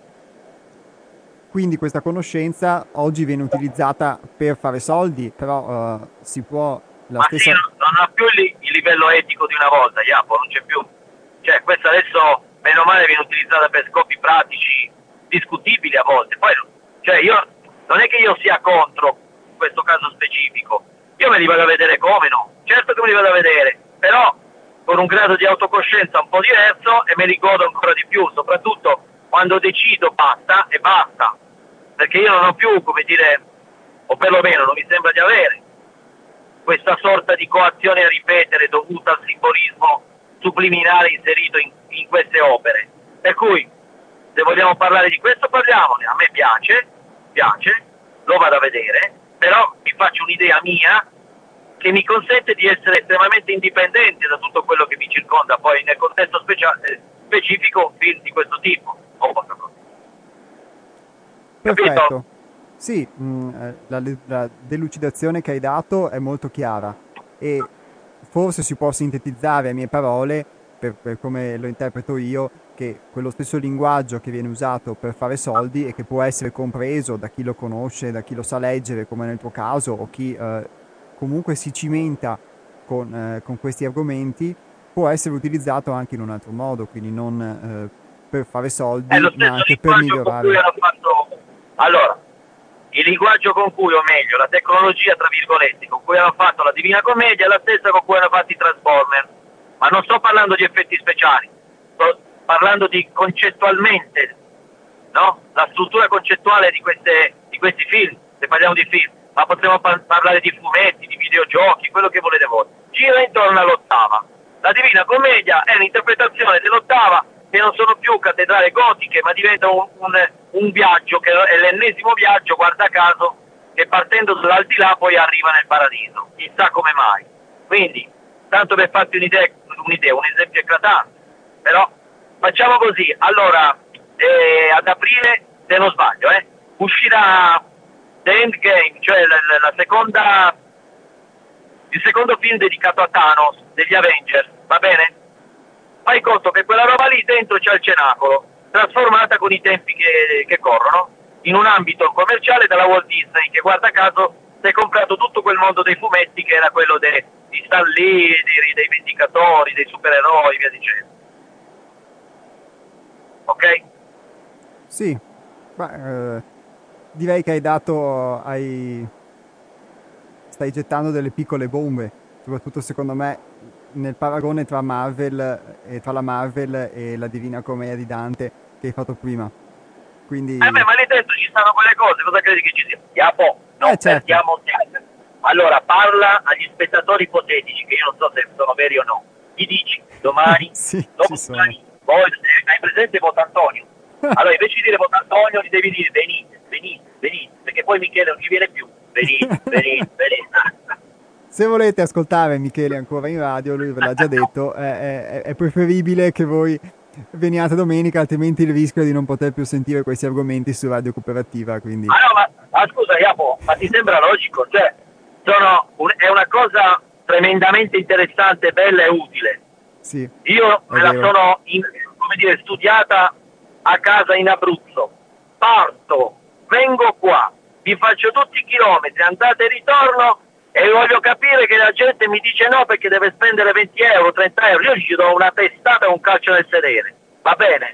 S1: quindi questa conoscenza oggi viene utilizzata per fare soldi, però eh, si può la
S2: Ma sì,
S1: stessa...
S2: non non ha più il, il livello etico di una volta, Japo, non c'è più. Cioè, questa adesso, meno male, viene utilizzata per scopi pratici discutibili a volte. Poi, cioè, io non è che io sia contro questo caso specifico, io me li vado a vedere come no, certo che me li vado a vedere, però con un grado di autocoscienza un po' diverso e me li godo ancora di più, soprattutto quando decido basta e basta, perché io non ho più, come dire, o perlomeno non mi sembra di avere questa sorta di coazione a ripetere dovuta al simbolismo subliminale inserito in, in queste opere. Per cui, se vogliamo parlare di questo, parliamone. A me piace, piace, lo vado a vedere, però vi faccio un'idea mia che mi consente di essere estremamente indipendente da tutto quello che mi circonda, poi nel contesto speciale, specifico un film di questo tipo. Oh,
S1: Perfetto.
S2: Capito?
S1: Sì, mh, la, la delucidazione che hai dato è molto chiara e forse si può sintetizzare a mie parole, per, per come lo interpreto io, che quello stesso linguaggio che viene usato per fare soldi e che può essere compreso da chi lo conosce, da chi lo sa leggere, come nel tuo caso, o chi eh, comunque si cimenta con, eh, con questi argomenti, può essere utilizzato anche in un altro modo, quindi non eh, per fare soldi,
S2: È lo
S1: ma
S2: stesso
S1: anche per
S2: linguaggio con cui
S1: migliorare.
S2: hanno fatto... Allora, il linguaggio con cui, o meglio, la tecnologia, tra virgolette, con cui hanno fatto la Divina Commedia è la stessa con cui hanno fatto i Transformer. Ma non sto parlando di effetti speciali, sto parlando di concettualmente, no? La struttura concettuale di, queste, di questi film, se parliamo di film, ma potremmo par- parlare di fumetti, di videogiochi, quello che volete voi. Gira intorno all'ottava. La Divina Commedia è un'interpretazione dell'ottava che non sono più cattedrali gotiche, ma diventa un, un, un viaggio, che è l'ennesimo viaggio, guarda caso, che partendo dall'aldilà poi arriva nel paradiso. Chissà come mai. Quindi, tanto per farti un'idea, un'idea un esempio eclatante, però facciamo così. Allora, eh, ad aprile, se non sbaglio, eh, uscirà The Endgame, cioè la, la, la seconda, il secondo film dedicato a Thanos degli Avengers, va bene? Fai conto che quella roba lì dentro c'è il cenacolo, trasformata con i tempi che, che corrono, in un ambito commerciale della Walt Disney, che guarda caso si è comprato tutto quel mondo dei fumetti che era quello de, di Stan Lee, dei, dei Vendicatori, dei supereroi, via dicendo. Ok?
S1: Sì, ma, eh, direi che hai dato, hai, stai gettando delle piccole bombe, soprattutto secondo me nel paragone tra Marvel e tra la Marvel e la Divina Commedia di Dante che hai fatto prima. Quindi,
S2: Eh beh, ma lì dentro ci stanno quelle cose, cosa credi che ci sia? Diapo, non
S1: eh certo,
S2: perdiamo tempo. Allora, parla agli spettatori ipotetici, che io non so se sono veri o no. Gli dici, domani,
S1: sì, ci sono.
S2: domani, poi hai presente Votantonio? Allora, invece di dire Votantonio, gli devi dire venite, venite, venite, perché poi Michele non ci viene più. Venite, venite, venite.
S1: Se volete ascoltare Michele ancora in radio, lui ve l'ha già detto, è, è, è preferibile che voi veniate domenica, altrimenti il rischio è di non poter più sentire questi argomenti su Radio Cooperativa. Quindi...
S2: Ah no, ma, ma scusa Iapo, ma ti sembra logico? Cioè, sono un, è una cosa tremendamente interessante, bella e utile.
S1: Sì,
S2: Io me la
S1: vero.
S2: sono, in, come dire, studiata a casa in Abruzzo. Parto, vengo qua, vi faccio tutti i chilometri, andate e ritorno, e voglio capire che la gente mi dice no perché deve spendere venti euro, trenta euro. Io gli do una testata e un calcio nel sedere. Va bene?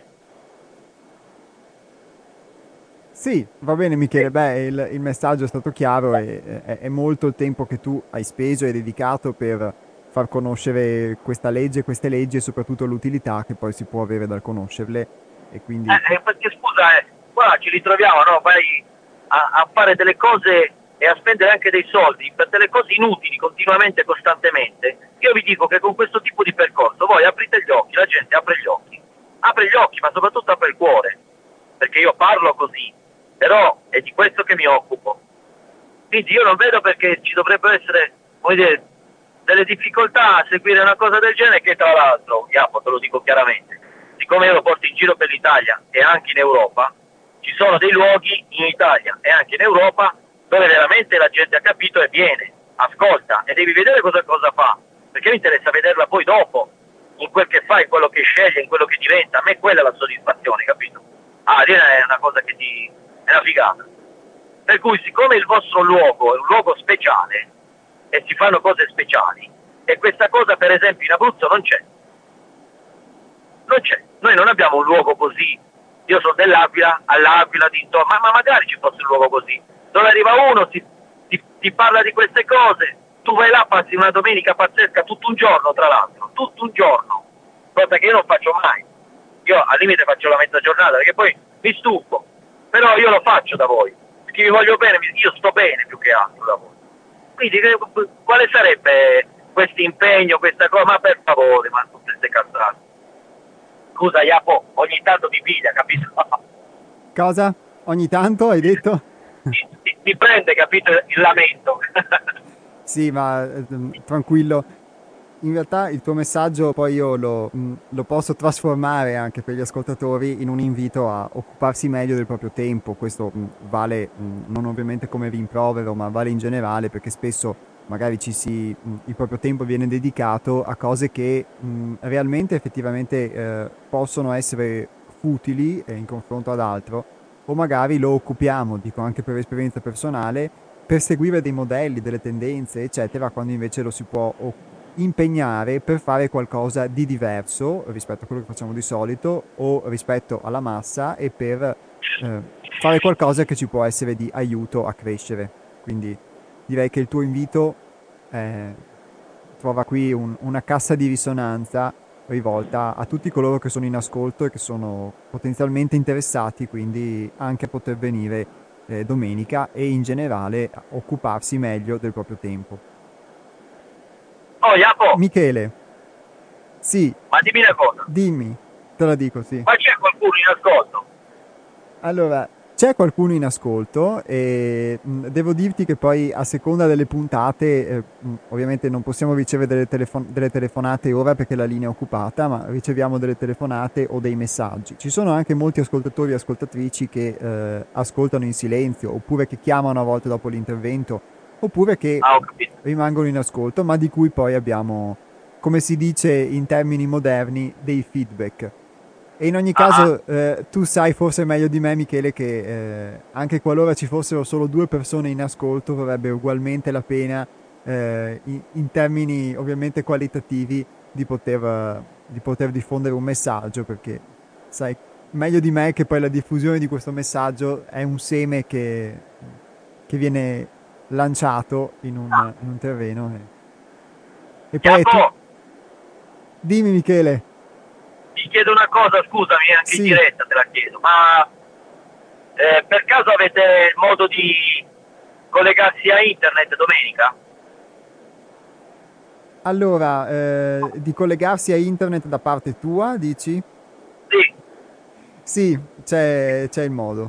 S1: Sì, va bene Michele, beh, il, il messaggio è stato chiaro e è, è molto il tempo che tu hai speso e dedicato per far conoscere questa legge, queste leggi e soprattutto l'utilità che poi si può avere dal conoscerle e quindi...
S2: Eh, perché scusa, eh, qua ci ritroviamo, no? Vai a, a fare delle cose e a spendere anche dei soldi per delle cose inutili continuamente e costantemente. Io vi dico che con questo tipo di percorso voi aprite gli occhi, la gente apre gli occhi, apre gli occhi, ma soprattutto apre il cuore, perché io parlo così, però è di questo che mi occupo. Quindi io non vedo perché ci dovrebbero essere, come dire, delle difficoltà a seguire una cosa del genere, che tra l'altro, Iapo, te lo dico chiaramente, siccome io lo porto in giro per l'Italia e anche in Europa, ci sono dei luoghi in Italia e anche in Europa dove veramente la gente ha capito e viene, ascolta, e devi vedere cosa, cosa fa, perché mi interessa vederla poi dopo, in quel che fa, in quello che sceglie, in quello che diventa. A me quella è la soddisfazione, capito? Ah, lì è una cosa che ti... è una figata. Per cui, siccome il vostro luogo è un luogo speciale e si fanno cose speciali, e questa cosa per esempio in Abruzzo non c'è, non c'è, noi non abbiamo un luogo così. Io sono dell'Aquila, all'Aquila dintorno, ma, ma magari ci fosse un luogo così, dove arriva uno, ti, ti, ti parla di queste cose, tu vai là, passi una domenica pazzesca, tutto un giorno tra l'altro, tutto un giorno, cosa che io non faccio mai. Io al limite faccio la mezza giornata, perché poi mi stufo, però io lo faccio da voi, perché vi voglio bene, io sto bene più che altro da voi. Quindi che- quale sarebbe questo impegno, questa cosa? Ma per favore, ma tutte queste cazzate. Scusa Iapo, ogni tanto mi piglia, capito?
S1: Cosa? Ogni tanto hai detto?
S2: mi, mi- mi prende, capito, il lamento.
S1: Sì, ma eh, tranquillo. In realtà il tuo messaggio poi io lo, mh, lo posso trasformare anche per gli ascoltatori in un invito a occuparsi meglio del proprio tempo. Questo mh, vale mh, non ovviamente come rimprovero, ma vale in generale perché spesso magari ci si, mh, il proprio tempo viene dedicato a cose che mh, realmente effettivamente eh, possono essere futili eh, in confronto ad altro, o magari lo occupiamo, dico anche per esperienza personale, per seguire dei modelli, delle tendenze, eccetera, quando invece lo si può o- impegnare per fare qualcosa di diverso rispetto a quello che facciamo di solito o rispetto alla massa e per eh, fare qualcosa che ci può essere di aiuto a crescere. Quindi direi che il tuo invito eh, trova qui un- una cassa di risonanza rivolta a tutti coloro che sono in ascolto e che sono potenzialmente interessati, quindi anche a poter venire eh, domenica e in generale a occuparsi meglio del proprio tempo.
S2: Oh Iapo,
S1: Michele, sì,
S2: ma dimmi una cosa,
S1: dimmi, te la dico, sì.
S2: ma c'è qualcuno in ascolto?
S1: Allora, c'è qualcuno in ascolto e mh, devo dirti che poi a seconda delle puntate, eh, mh, ovviamente non possiamo ricevere delle, telefon- delle telefonate ora perché la linea è occupata, ma riceviamo delle telefonate o dei messaggi. Ci sono anche molti ascoltatori e ascoltatrici che eh, ascoltano in silenzio oppure che chiamano a volte dopo l'intervento oppure che
S2: Ah, ho capito.
S1: rimangono in ascolto, ma di cui poi abbiamo, come si dice in termini moderni, dei feedback. E in ogni
S2: Ah, ah.
S1: caso, eh, tu sai forse meglio di me, Michele, che eh, anche qualora ci fossero solo due persone in ascolto, varrebbe ugualmente la pena, eh, in, in termini ovviamente qualitativi, di poter, eh, di poter diffondere un messaggio, perché sai meglio di me che poi la diffusione di questo messaggio è un seme che, che viene lanciato in un, in un terreno. E, e poi è
S2: Iapo,
S1: tu. Dimmi, Michele.
S2: ti chiedo una cosa, scusami, anche in
S1: Sì.
S2: diretta te la chiedo, ma eh, per caso avete modo di collegarsi a internet domenica?
S1: Allora, eh, di collegarsi a internet da parte tua, dici?
S2: Sì,
S1: Sì, c'è, c'è il modo.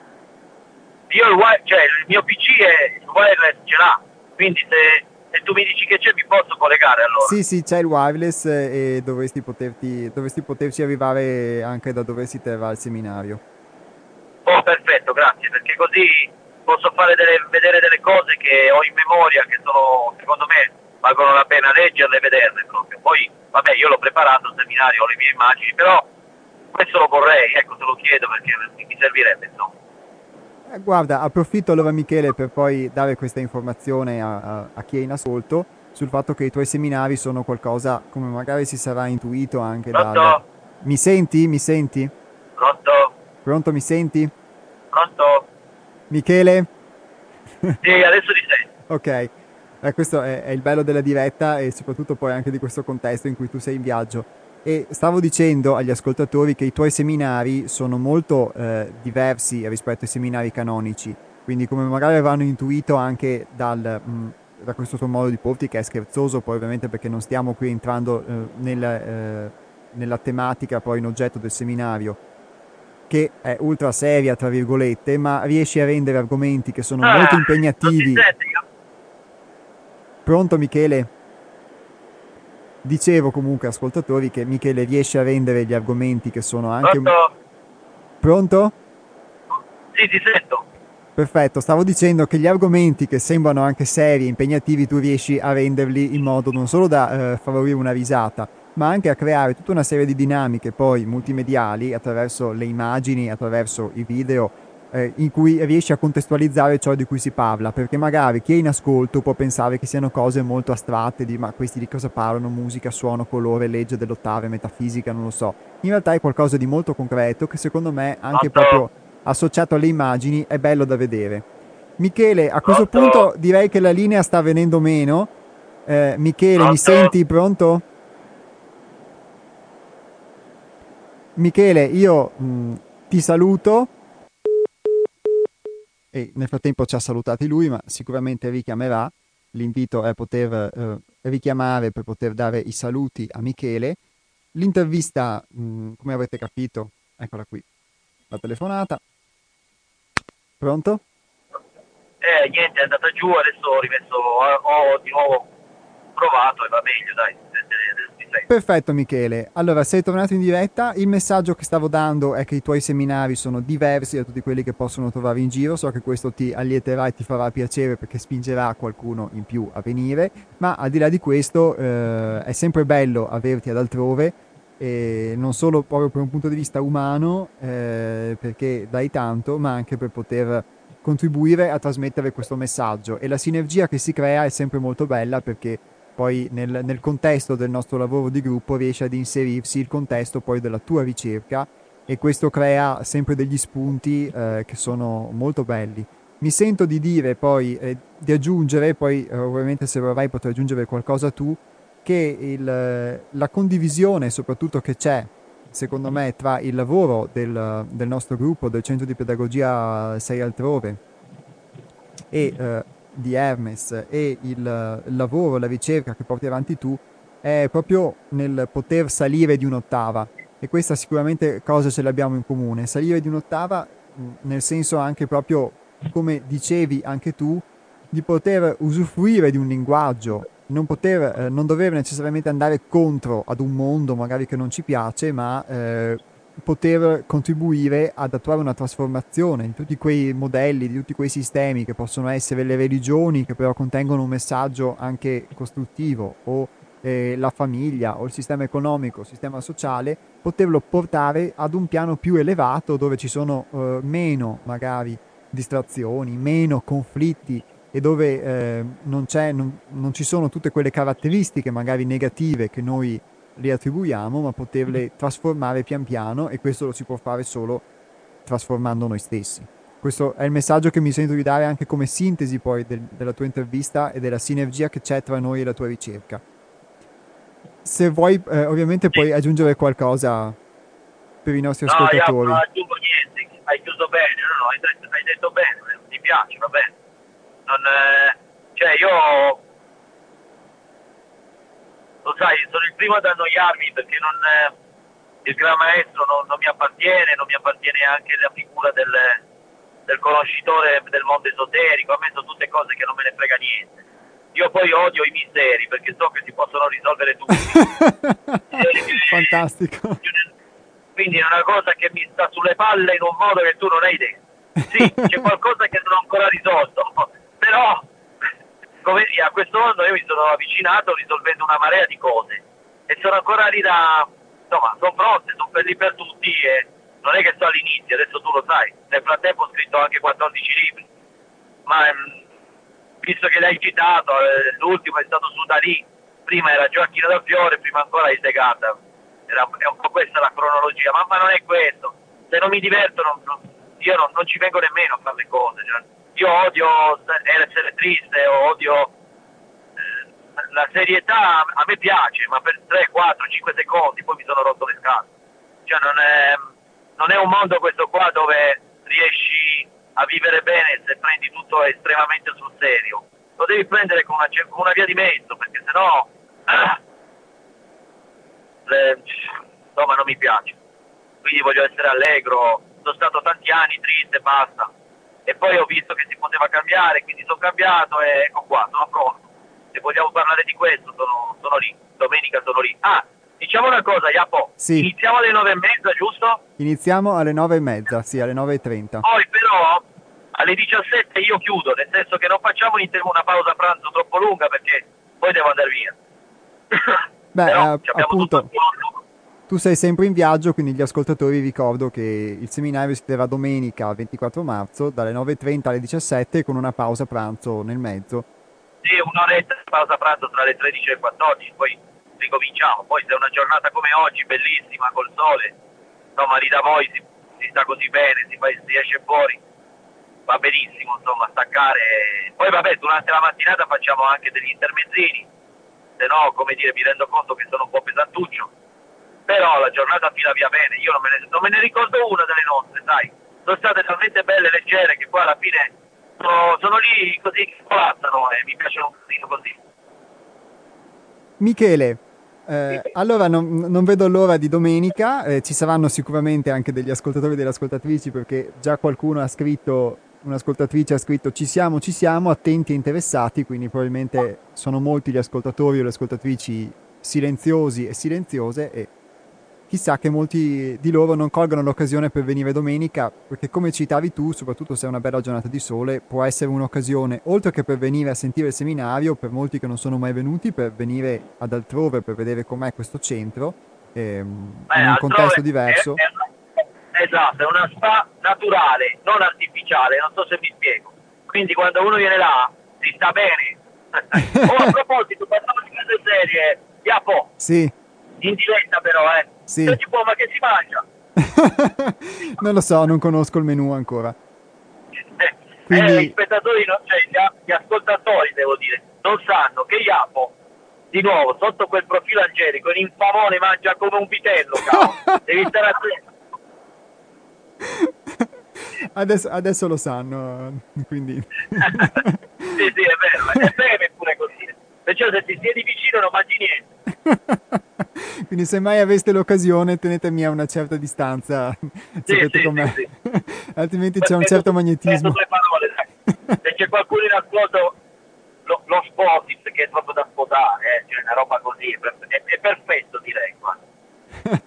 S2: io il, wi- cioè, il mio P C è il wireless ce l'ha, quindi se, se tu mi dici che c'è mi posso collegare allora.
S1: Sì, sì, c'è il wireless eh, e dovresti poterti, dovresti poterci arrivare anche da dove si terrà il seminario.
S2: Oh, perfetto, grazie, perché così posso fare delle, vedere delle cose che ho in memoria, che sono, secondo me, valgono la pena leggerle e vederle proprio. Poi, vabbè, io l'ho preparato il seminario, ho le mie immagini, però questo lo vorrei, ecco, te lo chiedo perché mi servirebbe, insomma.
S1: Eh, guarda, approfitto allora Michele per poi dare questa informazione a, a- a chi è in ascolto sul fatto che i tuoi seminari sono qualcosa, come magari si sarà intuito anche dal...
S2: Pronto?
S1: Mi senti? Mi senti?
S2: Pronto?
S1: Pronto, mi senti?
S2: Pronto?
S1: Michele?
S2: Sì, adesso ti sento.
S1: Ok, eh, questo è, è il bello della diretta e soprattutto poi anche di questo contesto in cui tu sei in viaggio. E stavo dicendo agli ascoltatori che i tuoi seminari sono molto eh, diversi rispetto ai seminari canonici, quindi come magari avevano intuito anche dal, mh, da questo tuo modo di porti, che è scherzoso, poi ovviamente perché non stiamo qui entrando eh, nel, eh, nella tematica poi in oggetto del seminario, che è ultra seria, tra virgolette, ma riesci a rendere argomenti che sono molto
S2: Ah, non si
S1: impegnativi.
S2: sente io.
S1: Pronto Michele? Dicevo comunque ascoltatori che Michele riesce a rendere gli argomenti che sono anche...
S2: Pronto?
S1: Pronto?
S2: Sì, ti sento.
S1: Perfetto, stavo dicendo che gli argomenti che sembrano anche seri e impegnativi tu riesci a renderli in modo non solo da eh, favorire una risata, ma anche a creare tutta una serie di dinamiche poi multimediali attraverso le immagini, attraverso i video, eh, in cui riesci a contestualizzare ciò di cui si parla, perché magari chi è in ascolto può pensare che siano cose molto astratte, di ma questi di cosa parlano, musica, suono, colore, legge dell'ottave, metafisica, non lo so. In realtà è qualcosa di molto concreto che secondo me anche
S2: Pronto?
S1: proprio associato alle immagini è bello da vedere. Michele, a questo
S2: Pronto?
S1: punto direi che la linea sta venendo meno. Eh, Michele, mi
S2: Pronto?
S1: senti pronto? Michele, io mh, ti saluto e nel frattempo ci ha salutati lui, ma sicuramente richiamerà. l'invito è poter eh, richiamare per poter dare i saluti a Michele. L'intervista, mh, come avrete capito, eccola qui, la telefonata. Pronto?
S2: Eh, niente, è andata giù, adesso ho rimesso, ho, ho di nuovo provato e va meglio, dai, adesso mi sento.
S1: Perfetto Michele, allora sei tornato in diretta, il messaggio che stavo dando è che i tuoi seminari sono diversi da tutti quelli che possono trovare in giro, so che questo ti allieterà e ti farà piacere perché spingerà qualcuno in più a venire, ma al di là di questo eh, è sempre bello averti ad altrove, e non solo proprio per un punto di vista umano, eh, perché dai tanto, ma anche per poter contribuire a trasmettere questo messaggio, e la sinergia che si crea è sempre molto bella perché poi nel, nel contesto del nostro lavoro di gruppo riesce ad inserirsi il contesto poi della tua ricerca, e questo crea sempre degli spunti eh, che sono molto belli. Mi sento di dire poi, eh, di aggiungere, poi eh, ovviamente se vorrai potrai aggiungere qualcosa tu, che il, la condivisione soprattutto che c'è secondo me tra il lavoro del, del nostro gruppo, del centro di pedagogia Sei Altrove, e eh, di Hermes, e il, il lavoro, la ricerca che porti avanti tu, è proprio nel poter salire di un'ottava, e questa sicuramente cosa ce l'abbiamo in comune, salire di un'ottava mh, nel senso anche proprio, come dicevi anche tu, di poter usufruire di un linguaggio, non, poter, eh, non dover necessariamente andare contro ad un mondo magari che non ci piace, ma eh, poter contribuire ad attuare una trasformazione di tutti quei modelli, di tutti quei sistemi che possono essere le religioni, che però contengono un messaggio anche costruttivo, o eh, la famiglia, o il sistema economico, il sistema sociale, poterlo portare ad un piano più elevato dove ci sono eh, meno magari distrazioni, meno conflitti, e dove eh, non, c'è, non, non ci sono tutte quelle caratteristiche magari negative che noi li attribuiamo, ma poterle trasformare pian piano, e questo lo si può fare solo trasformando noi stessi. Questo è il messaggio che mi sento di dare anche come sintesi poi del, della tua intervista e della sinergia che c'è tra noi e la tua ricerca. Se vuoi eh, ovviamente
S2: Sì.
S1: puoi aggiungere qualcosa per i nostri
S2: No, io
S1: ascoltatori.
S2: non aggiungo niente, hai chiuso bene, no, no, hai detto, hai detto bene, mi piace, va bene. Non, eh, cioè io, lo sai, sono il primo ad annoiarmi perché non, eh, il Gran Maestro non, non mi appartiene, non mi appartiene anche la figura del, del conoscitore del mondo esoterico, a me sono tutte cose che non me ne frega niente. Io poi odio i misteri perché so che si possono risolvere tutti.
S1: Fantastico.
S2: Quindi è una cosa che mi sta sulle palle in un modo che tu non hai idea. Sì, c'è qualcosa che non ho ancora risolto, però come dire, a questo mondo io mi sono avvicinato risolvendo una marea di cose e sono ancora lì da, insomma, sono pronte, sono per lì per tutti, e non è che sto all'inizio, adesso tu lo sai, nel frattempo ho scritto anche quattordici libri, ma ehm, visto che l'hai citato, eh, l'ultimo è stato su Dalì, prima era Gioacchino da Fiore, prima ancora Hidegata, era, è un po' questa la cronologia, ma, ma non è questo, se non mi diverto non, non, io non, non ci vengo nemmeno a fare le cose, cioè, io odio essere triste, odio eh, la serietà, a me piace, ma per tre, quattro, cinque secondi poi mi sono rotto le scatole, cioè non è, non è un mondo questo qua dove riesci a vivere bene se prendi tutto estremamente sul serio, lo devi prendere con una, con una via di mezzo, perché sennò ah, le, insomma non mi piace, quindi voglio essere allegro, sono stato tanti anni triste, basta, e poi ho visto che si poteva cambiare, quindi sono cambiato e ecco qua, sono pronto. Se vogliamo parlare di questo sono, sono lì, domenica sono lì. Ah, diciamo una cosa, Japo,
S1: Sì.
S2: Iniziamo alle nove e mezza, giusto?
S1: Iniziamo alle nove e mezza, sì, alle nove e trenta.
S2: Poi però alle diciassette io chiudo, nel senso che non facciamo una pausa pranzo troppo lunga perché poi devo andare via.
S1: Beh,
S2: però,
S1: eh,
S2: abbiamo
S1: appunto,
S2: tutto il
S1: tu sei sempre in viaggio, quindi gli ascoltatori ricordo che il seminario si terrà domenica ventiquattro marzo dalle nove e trenta alle diciassette, con una pausa pranzo nel mezzo.
S2: Sì, un'oretta di pausa pranzo tra le tredici e le quattordici, poi ricominciamo. Poi se è una giornata come oggi, bellissima, col sole, insomma lì da voi si, si sta così bene, si, fa, si esce fuori, va benissimo, insomma, staccare. Poi vabbè, durante la mattinata facciamo anche degli intermezzini, se no, come dire, mi rendo conto che sono un po' pesantuccio, però la giornata fila via bene, io non me, ne, non me ne ricordo una delle nostre, sai, sono state talmente belle e leggere che poi alla fine sono, sono lì così che svolazzano e mi piacciono un casino così.
S1: Michele, eh, allora non, non vedo l'ora di domenica, eh, ci saranno sicuramente anche degli ascoltatori e delle ascoltatrici perché già qualcuno ha scritto, un'ascoltatrice ha scritto ci siamo, ci siamo, attenti e interessati, quindi probabilmente sono molti gli ascoltatori o le ascoltatrici silenziosi e silenziose e chissà che molti di loro non colgano l'occasione per venire domenica, perché come citavi tu, soprattutto se è una bella giornata di sole, può essere un'occasione, oltre che per venire a sentire il seminario, per molti che non sono mai venuti, per venire ad altrove, per vedere com'è questo centro, ehm,
S2: Beh,
S1: in un contesto
S2: altrove è,
S1: diverso.
S2: è una, esatto, è una spa naturale, non artificiale, non so se mi spiego. Quindi quando uno viene là si sta bene. Oh, a proposito, parlando di cose serie, Iapo,
S1: Sì,
S2: in diretta però, eh.
S1: sì.
S2: Se ci può, ma che si mangia?
S1: Non lo so, non conosco il menù ancora.
S2: Eh, eh, gli
S1: Quindi,
S2: spettatori, non, cioè, gli, gli ascoltatori, devo dire, non sanno che Iapo, di nuovo, sotto quel profilo angelico, in infamone mangia come un vitello, cavolo. Devi stare attento.
S1: adesso, adesso lo sanno, quindi...
S2: Sì, sì, è vero, è bene pure così. Perciò se ti siedi vicino non mangi niente.
S1: Quindi se mai aveste l'occasione tenetemi a una certa distanza,
S2: Sì,
S1: sapete
S2: sì,
S1: com'è,
S2: sì, sì.
S1: altrimenti c'è un
S2: Spendo,
S1: certo
S2: spendo
S1: magnetismo.
S2: due parole, dai. Se c'è qualcuno in ascolto, lo, lo sposi, che è proprio da sposare, eh, cioè una roba così, è, per- è- è perfetto direi. Guarda.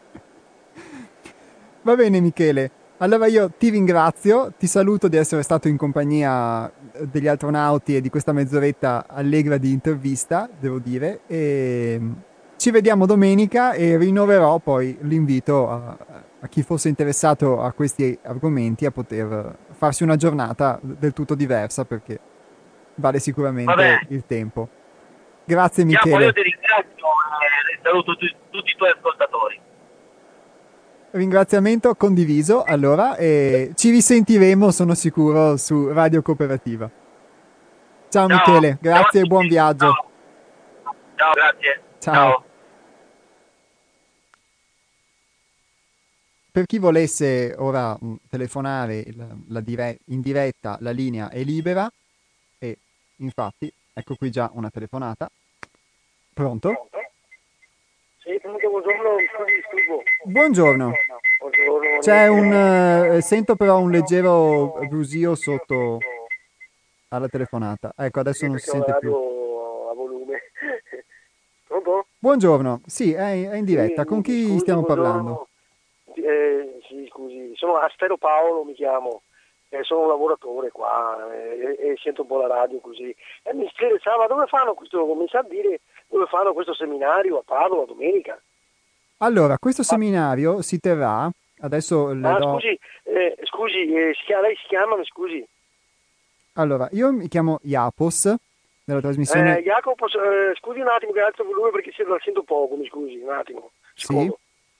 S1: Va bene Michele, allora io ti ringrazio, ti saluto di essere stato in compagnia degli astronauti e di questa mezz'oretta allegra di intervista, devo dire, e ci vediamo domenica e rinnoverò poi l'invito a, a chi fosse interessato a questi argomenti a poter farsi una giornata del tutto diversa perché vale
S2: Va
S1: sicuramente
S2: bene.
S1: il tempo. Grazie
S2: Jacopo, io
S1: Michele.
S2: ti ringrazio e saluto tu- tutti i tuoi ascoltatori.
S1: Ringraziamento condiviso, allora, e ci risentiremo, sono sicuro, su Radio Cooperativa. Ciao
S2: Ciao,
S1: Michele,
S2: ciao a
S1: grazie e buon
S2: tutti.
S1: viaggio.
S2: Ciao, ciao, grazie.
S1: Ciao.
S2: Ciao.
S1: Per chi volesse ora mh, telefonare il- la dire- in diretta, la linea è libera e infatti, ecco qui già una telefonata. Pronto?
S3: Sì, pronto, buongiorno, scusi, disturbo.
S1: Buongiorno.
S3: Buongiorno,
S1: C'è
S3: niente.
S1: un... eh, sento però un leggero brusio sotto alla telefonata. Ecco, adesso
S3: Sì,
S1: non si
S3: perché ho la
S1: sente più.
S3: radio a volume. Pronto?
S1: Buongiorno, sì, è, è in
S3: Sì,
S1: diretta. Con
S3: mi
S1: chi
S3: scusi,
S1: stiamo parlando?
S3: buongiorno. Eh, sì, scusi, sono Astero Paolo, mi chiamo. Eh, sono un lavoratore qua eh, e, e sento un po' la radio così. E mi interessava, dove fanno questo, mi sa dire, dove fanno questo seminario a Padova domenica?
S1: Allora, questo
S3: Ah,
S1: seminario si terrà, adesso le
S3: ah,
S1: do...
S3: scusi, eh, scusi, eh, si chiama- lei si chiama, mi scusi?
S1: Allora, io mi chiamo Iapos, della
S3: Eh,
S1: trasmissione...
S3: Jacopo, eh, scusi un attimo che alzo il volume perché se- la sento poco, mi scusi, un attimo,
S1: Sì?
S3: secondo.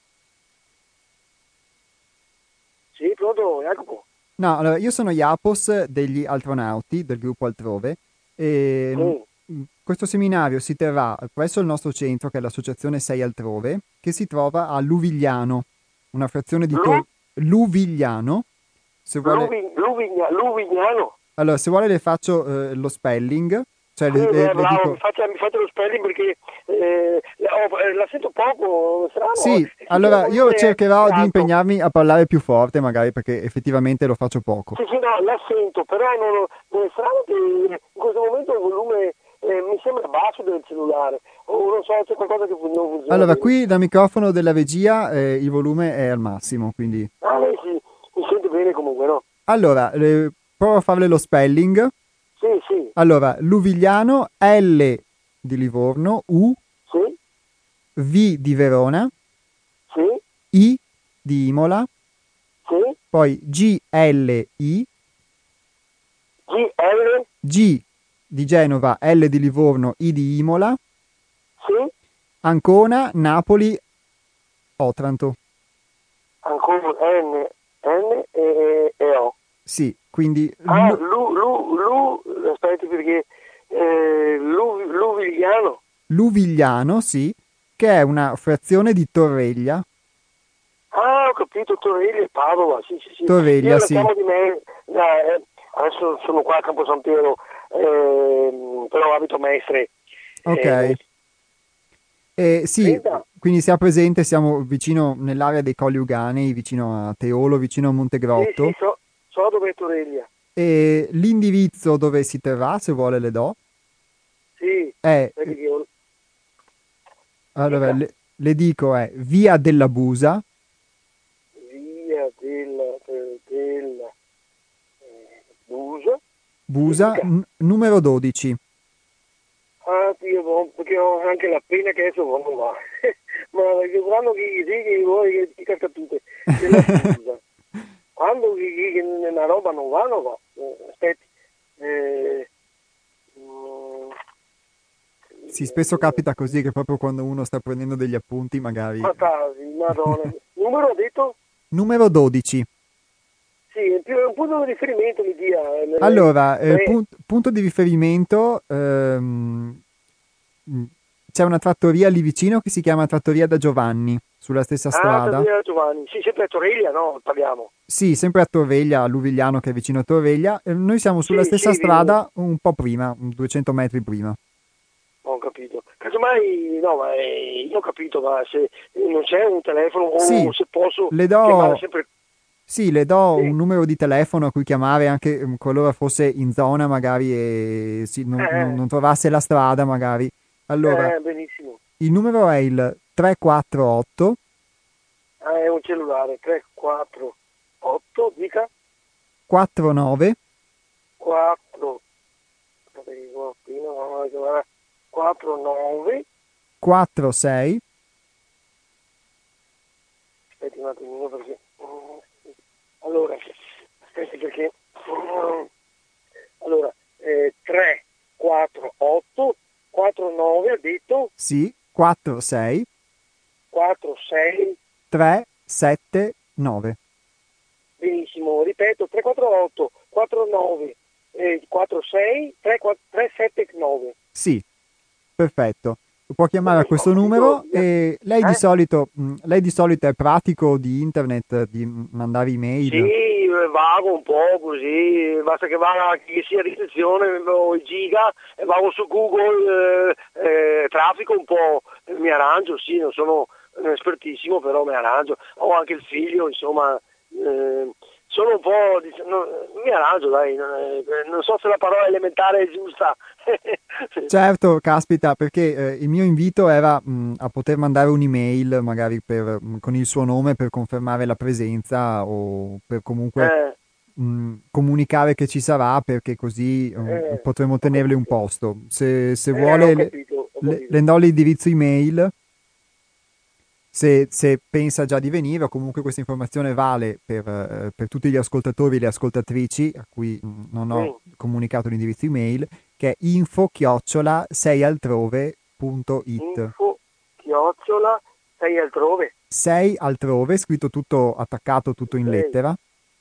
S3: Sì, pronto, Jacopo?
S1: No, allora, io sono Iapos degli Altronauti, del gruppo Altrove, e
S3: Sì.
S1: mm, questo seminario si terrà presso il nostro centro, che è l'associazione sei Altrove, che si trova a Luvigliano, una frazione di
S3: Lu,
S1: Tor... Luvigliano. Se vuole...
S3: Luvi, Luvigna, Luvignano?
S1: Allora, se vuole le faccio eh, lo spelling, cioè
S3: Sì,
S1: le, le-
S3: eh,
S1: le
S3: bravo, mi
S1: dico...
S3: faccia, mi faccia lo spelling perché eh, oh, eh, la sento poco, strano,
S1: Sì,
S3: e tutto il
S1: allora io
S3: volume è
S1: cercherò di
S3: alto.
S1: impegnarmi a parlare più forte, magari perché effettivamente lo faccio poco.
S3: Sì, sì, no, la sento, però non, non è strano che in questo momento il volume eh, mi sembra basso del cellulare, o non so, c'è qualcosa che non funziona
S1: Allora,
S3: bene.
S1: qui dal microfono della regia eh, il volume è al massimo, quindi...
S3: Ah, lei sì, mi sente bene comunque, no?
S1: Allora, eh, provo a farle lo spelling.
S3: Sì, sì,
S1: Allora, Luvigliano, L di Livorno, U,
S3: sì,
S1: V di Verona,
S3: sì,
S1: I di Imola,
S3: sì,
S1: poi G L I,
S3: G L,
S1: G di Genova, L di Livorno, I di Imola,
S3: sì,
S1: Ancona, Napoli, Otranto.
S3: ancora N, N e, e O.
S1: Sì, quindi
S3: Ah,
S1: Lu-
S3: Lu, Lu, Lu, aspetti perché, eh, Lu, Luvigliano.
S1: Luvigliano, sì, che è una frazione di Torreglia.
S3: Ah, ho capito, Torelli e Padova, sì, sì, sì. Io
S1: Torreglia,
S3: la
S1: sì.
S3: chiamo di me, eh, adesso sono qua a Campo San Piero, eh, però abito a Mestre.
S1: Ok.
S3: Eh,
S1: Eh, sì,
S3: senta,
S1: quindi sia presente, siamo vicino nell'area dei Colli Euganei, vicino a Teolo, vicino a
S3: sì,
S1: Montegrotto.
S3: sì, so, so dove è Torreglia.
S1: E l'indirizzo dove si terrà, se vuole le do,
S3: Sì,
S1: è,
S3: perché io,
S1: allora,
S3: dica,
S1: le, le dico, è via della Busa,
S3: via del, del eh, Busa, sì,
S1: Busa
S3: dica.
S1: n- numero dodici.
S3: Ah, Dio, boh, perché ho anche la pena che adesso non va. Ma dovranno che sì, che vuoi che ti casca tutte, della Busa. Quando che, che, che una roba non va, non va. Eh, aspetti. Eh, mm,
S1: Sì, spesso capita così che proprio quando uno sta prendendo degli appunti, magari.
S3: Matasi, madonna. Numero ha detto?
S1: Numero dodici.
S3: Sì, è più- è un punto di riferimento mi dia. eh, nelle-
S1: Allora, eh,
S3: beh,
S1: pun- punto di riferimento, ehm, mh, c'è una trattoria lì vicino che si chiama Trattoria da Giovanni, sulla stessa
S3: ah,
S1: strada.
S3: Taddeio Giovanni. Sì, sempre a Torreglia, no? Parliamo.
S1: Sì, sempre a Torveglia, a Luvigliano che è vicino a Torveglia. Eh, noi siamo sulla
S3: Sì,
S1: stessa
S3: sì, vivo.
S1: strada un po' prima, duecento metri prima.
S3: Ho capito. Casomai, no, ma eh, io ho capito, ma se non c'è un telefono
S1: Sì,
S3: o se posso
S1: le
S3: chiamare
S1: do,
S3: sempre.
S1: sì, le do
S3: Sì,
S1: un numero di telefono a cui chiamare anche mm, qualora fosse in zona magari e sì, non, non-
S3: eh,
S1: non trovasse la strada magari. Allora,
S3: eh, benissimo.
S1: il numero è il tre quattro otto
S3: Ah, è un cellulare, tre quattro otto, dica,
S1: quattro nove
S3: quattro, quattro nove,
S1: quattro sei
S3: aspetti un attimino perché, mm, allora, aspetti perché, mm, allora, eh, tre quattro otto, quattro nove, ha detto,
S1: sì, quattro sei
S3: quattro sei,
S1: tre sette nove.
S3: benissimo, ripeto, tre quattro otto, quattro nove, eh, quattro sei, tre sette nove.
S1: Sì, perfetto. Può chiamare a
S3: Come ho
S1: questo
S3: capito?
S1: numero e lei di
S3: Eh?
S1: solito, mh, lei di solito è pratico di internet, di m- mandare
S3: Sì,
S1: email?
S3: eh, vago un po' così, basta che vada che sia ricezione o il giga e vado su Google, eh, eh, traffico un po', eh, mi arrangio, sì, non sono un espertissimo, però mi arrangio. Ho anche il figlio, insomma, eh, sono un po', dic- no, mi arrangio, dai, non, è- non so se la parola elementare è giusta.
S1: Certo, caspita, perché eh, il mio invito era mh, a poter mandare un'email magari per, mh, con il suo nome per confermare la presenza o per comunque
S3: Eh,
S1: mh, comunicare che ci sarà perché così mh,
S3: eh,
S1: potremo
S3: ho
S1: tenerle un
S3: capito,
S1: posto. Se, se
S3: eh, ho
S1: vuole le,
S3: capito, ho
S1: le, le
S3: capito.
S1: do l'indirizzo email. Se, se pensa già di venire, o comunque questa informazione vale per, eh, per tutti gli ascoltatori e le ascoltatrici a cui mh, non ho
S3: Mm.
S1: comunicato l'indirizzo email, che è info chiocciola seialtrove.it.
S3: Info, chiocciola, sei altrove,
S1: sei altrove, scritto tutto attaccato, tutto in
S3: sei
S1: lettera,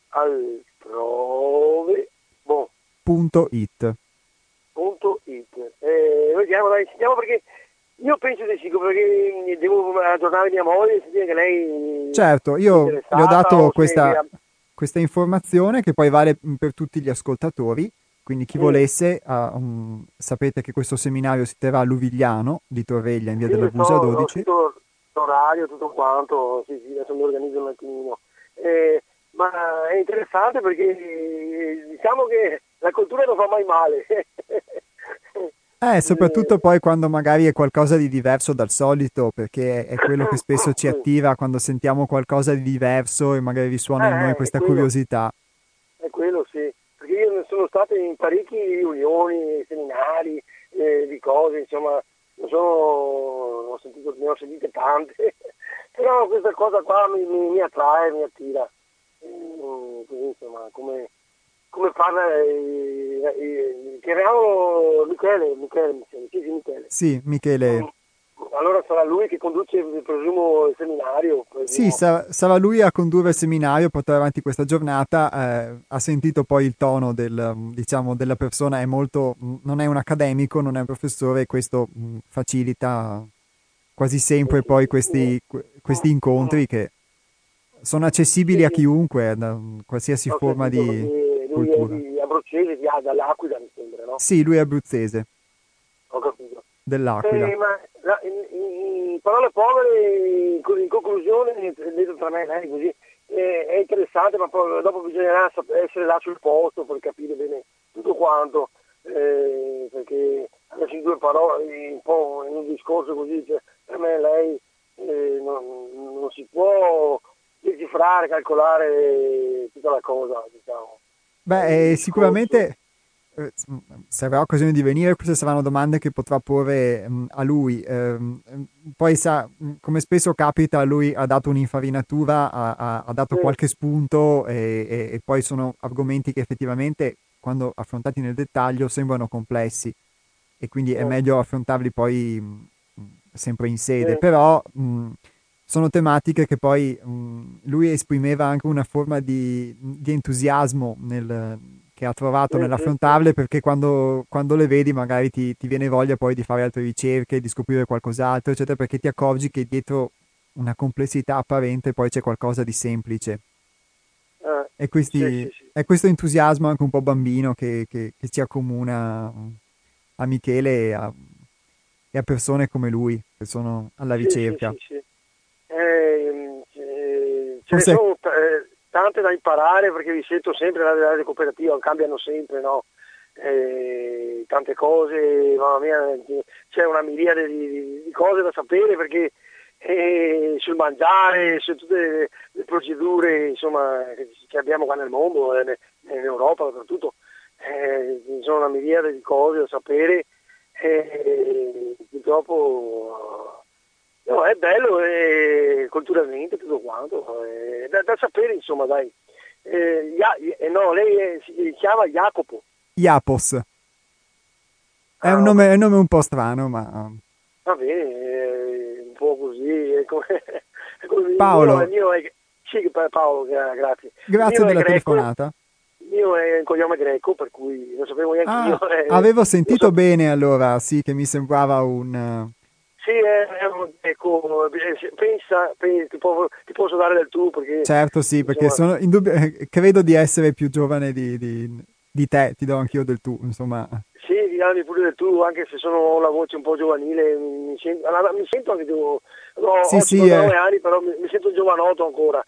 S3: altrove, boh,
S1: punto it.
S3: punto it. Eh, vediamo, dai, sentiamo perché io penso di sì, perché devo aggiornare mia moglie e sentire che lei
S1: Certo,
S3: è
S1: io le ho
S3: interessata
S1: dato
S3: o se...
S1: questa, questa informazione che poi vale mh, per tutti gli ascoltatori, quindi chi
S3: Mm.
S1: volesse, ah, um, sapete che questo seminario si terrà a Luvigliano di Torreglia in via
S3: Sì,
S1: della
S3: so,
S1: Busa
S3: ho
S1: dodici.
S3: scritto l'orario, tutto quanto, sì, sì, adesso mi organizzo un attimino. Eh, ma è interessante perché eh, diciamo che la cultura non fa mai male.
S1: Eh, soprattutto
S3: Eh,
S1: poi quando magari è qualcosa di diverso dal solito, perché è, è quello che spesso ci attiva quando sentiamo qualcosa di diverso e magari risuona in noi
S3: eh, è
S1: questa
S3: quello,
S1: curiosità.
S3: è quello sì, perché io ne sono stato in parecchie riunioni, seminari, eh, di cose, insomma, non sono, ho sentito, ne ho sentite tante, però questa cosa qua mi, mi, mi attrae, mi attira. Mm, così, insomma, come, come parla, eh, eh, chiamiamolo Michele, Michele, mi sembra, sì, sì, Michele.
S1: Sì, Michele.
S3: Mm, allora sarà lui che conduce, presumo, il seminario,
S1: Sì,
S3: presumo.
S1: sa- sarà lui a condurre il seminario, a portare avanti questa giornata. Eh, ha sentito poi il tono del, diciamo, della persona, è molto, non è un accademico, non è un professore, e questo mh, facilita quasi
S3: Eh,
S1: sempre
S3: sì,
S1: poi
S3: sì, sì.
S1: questi, que- questi
S3: Mm, mm.
S1: incontri che sono
S3: Sì,
S1: accessibili a
S3: sì.
S1: chiunque, da qualsiasi
S3: Ho
S1: forma
S3: capito
S1: di
S3: perché lui è
S1: cultura.
S3: di abruzzese, di, ah, dall'Aquila mi sembra, no?
S1: Sì, lui è abruzzese.
S3: Ho capito.
S1: Dell'Aquila.
S3: Eh, ma la, in, in, in parole povere, in, in conclusione, detto tra me e lei così, eh, è interessante, ma poi dopo bisognerà essere là sul posto per capire bene tutto quanto, eh, perché adesso in due parole, un po' in un discorso così, cioè, per me e lei eh, non, non si può decifrare, calcolare tutta la cosa, diciamo.
S1: Beh, eh, sicuramente eh, se avrà occasione di venire, queste saranno domande che potrà porre mh, a lui. Ehm, poi sa, mh, come spesso capita, lui ha dato un'infarinatura, ha, ha- ha dato
S3: Sì,
S1: qualche spunto e, e- e poi sono argomenti che effettivamente, quando affrontati nel dettaglio, sembrano complessi e quindi è
S3: eh,
S1: meglio affrontarli poi mh, mh, sempre in sede.
S3: sì,
S1: Però mh, sono tematiche che poi mh, lui esprimeva anche una forma di, di entusiasmo nel, che ha trovato
S3: sì, sì, sì.
S1: nell'affrontarle, perché quando, quando le vedi magari ti, ti viene voglia poi di fare altre ricerche, di scoprire qualcos'altro, eccetera, perché ti accorgi che dietro una complessità apparente poi c'è qualcosa di semplice.
S3: Eh,
S1: E
S3: sì,
S1: questi,
S3: sì, sì.
S1: è questo entusiasmo anche un po' bambino che, che- che ci accomuna a Michele e a, e a persone come lui che sono alla
S3: Sì, sì,
S1: ricerca.
S3: sì, sì. Eh, eh, ce ne
S1: Forse
S3: sono t- eh, tante da imparare perché vi sento sempre la radio cooperativa, cambiano sempre, no? Eh, tante cose, mamma mia, c'è una miriade di, di- di cose da sapere perché eh, sul mangiare, su tutte le, le procedure insomma, che, che abbiamo qua nel mondo, eh, in Europa soprattutto, eh, ci sono una miriade di cose da sapere e purtroppo no, è bello eh, culturalmente tutto quanto, eh, da, da sapere insomma dai. Eh, Ia- eh, no, lei è- si chiama Jacopo.
S1: Iapos è un
S3: Ah, ho
S1: nome, è un
S3: capito.
S1: nome un po' strano, ma
S3: Va bene, eh, un po' così, è come, è come il mio, il
S1: Paolo,
S3: mio è, sì, Pa- Paolo, gra- grazie. Il
S1: grazie
S3: mio è
S1: della
S3: greco,
S1: telefonata.
S3: il mio è un cognome greco, per cui lo sapevo neanche io.
S1: Ah,
S3: Eh,
S1: avevo
S3: lo
S1: sentito
S3: so-
S1: bene allora, sì, che mi sembrava un... eh,
S3: sì, è, è un greco, eh, pensa, pensa ti, po- ti posso dare del tu perché
S1: Certo, sì, perché
S3: insomma.
S1: sono indubbio, eh, credo di essere più giovane di, di- di te, ti do anch'io del tu, insomma.
S3: Sì, di anni pure del tu, anche se sono, ho la voce un po' giovanile, mi sento, allora, mi sento anche, devo, no,
S1: Sì,
S3: ho
S1: sì, è...
S3: cinquantanove anni, però mi, mi sento giovanotto ancora.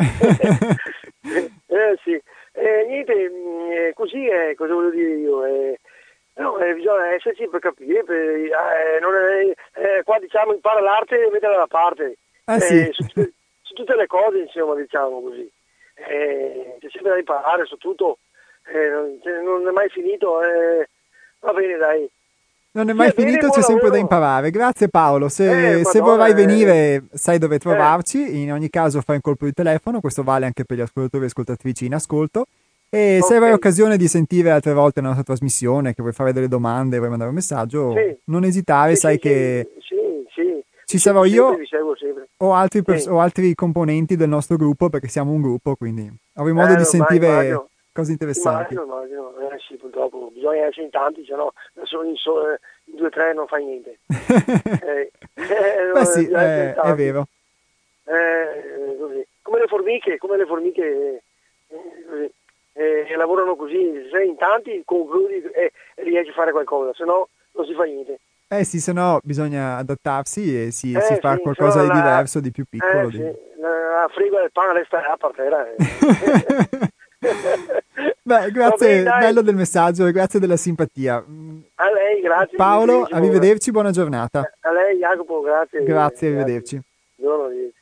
S3: eh sì, eh, niente, mh, eh, così è, cosa voglio dire io? Eh, no, eh, bisogna esserci per capire, per, eh, non è, eh, qua diciamo impara l'arte e metterla da parte,
S1: Eh sì,
S3: eh, su, tutte, su tutte le cose insomma diciamo così, eh, c'è sempre da imparare su tutto, eh, non, cioè, non è mai finito, eh, va bene dai,
S1: non è mai
S3: stia bene,
S1: finito, c'è
S3: buon
S1: sempre da
S3: lavoro,
S1: imparare. Grazie Paolo,
S3: eh
S1: se, se
S3: madonna,
S1: vorrai
S3: eh,
S1: venire sai dove
S3: eh,
S1: trovarci, in ogni caso fai un colpo di telefono, questo vale anche per gli ascoltatori e ascoltatrici in ascolto. E se
S3: ok,
S1: avrai occasione di sentire altre volte la nostra trasmissione, che vuoi fare delle domande, vuoi mandare un messaggio,
S3: sì,
S1: non esitare,
S3: sì,
S1: sai
S3: sì,
S1: che
S3: sì, sì, sì, vi
S1: ci
S3: seguo
S1: sarò
S3: sempre,
S1: io
S3: vi seguo sempre,
S1: o altri, pers-
S3: sì,
S1: o altri componenti del nostro gruppo, perché siamo un gruppo, quindi avremo modo di
S3: eh, ma
S1: sentire
S3: immagino.
S1: cose interessanti.
S3: Immagino, immagino, eh sì, purtroppo bisogna essere in tanti, se no da solo in, so- eh, in due o tre non fai niente. Eh, eh,
S1: Beh
S3: no,
S1: sì,
S3: bisogna essere in
S1: eh, è
S3: tanti.
S1: vero.
S3: Eh, così. Come le formiche, come le formiche eh, così. Eh, lavorano così, se sei in tanti concludi e e riesci a fare qualcosa, se no non si fa niente.
S1: Eh sì, se no bisogna adattarsi e si, si
S3: Eh
S1: fa
S3: sì, se no
S1: qualcosa di
S3: la,
S1: diverso, di più
S3: eh,
S1: piccolo.
S3: sì,
S1: Di...
S3: la, la frigo del pane resta là per terra. eh.
S1: Beh,
S3: Va bene,
S1: grazie,
S3: dai,
S1: bello del messaggio e grazie della simpatia. Mm,
S3: a lei, grazie,
S1: Paolo,
S3: gentilissimo. gra-
S1: arrivederci, buona giornata.
S3: A lei, Jacopo, grazie,
S1: Grazie,
S3: grazie.
S1: arrivederci.
S3: Buongiorno, arrivederci.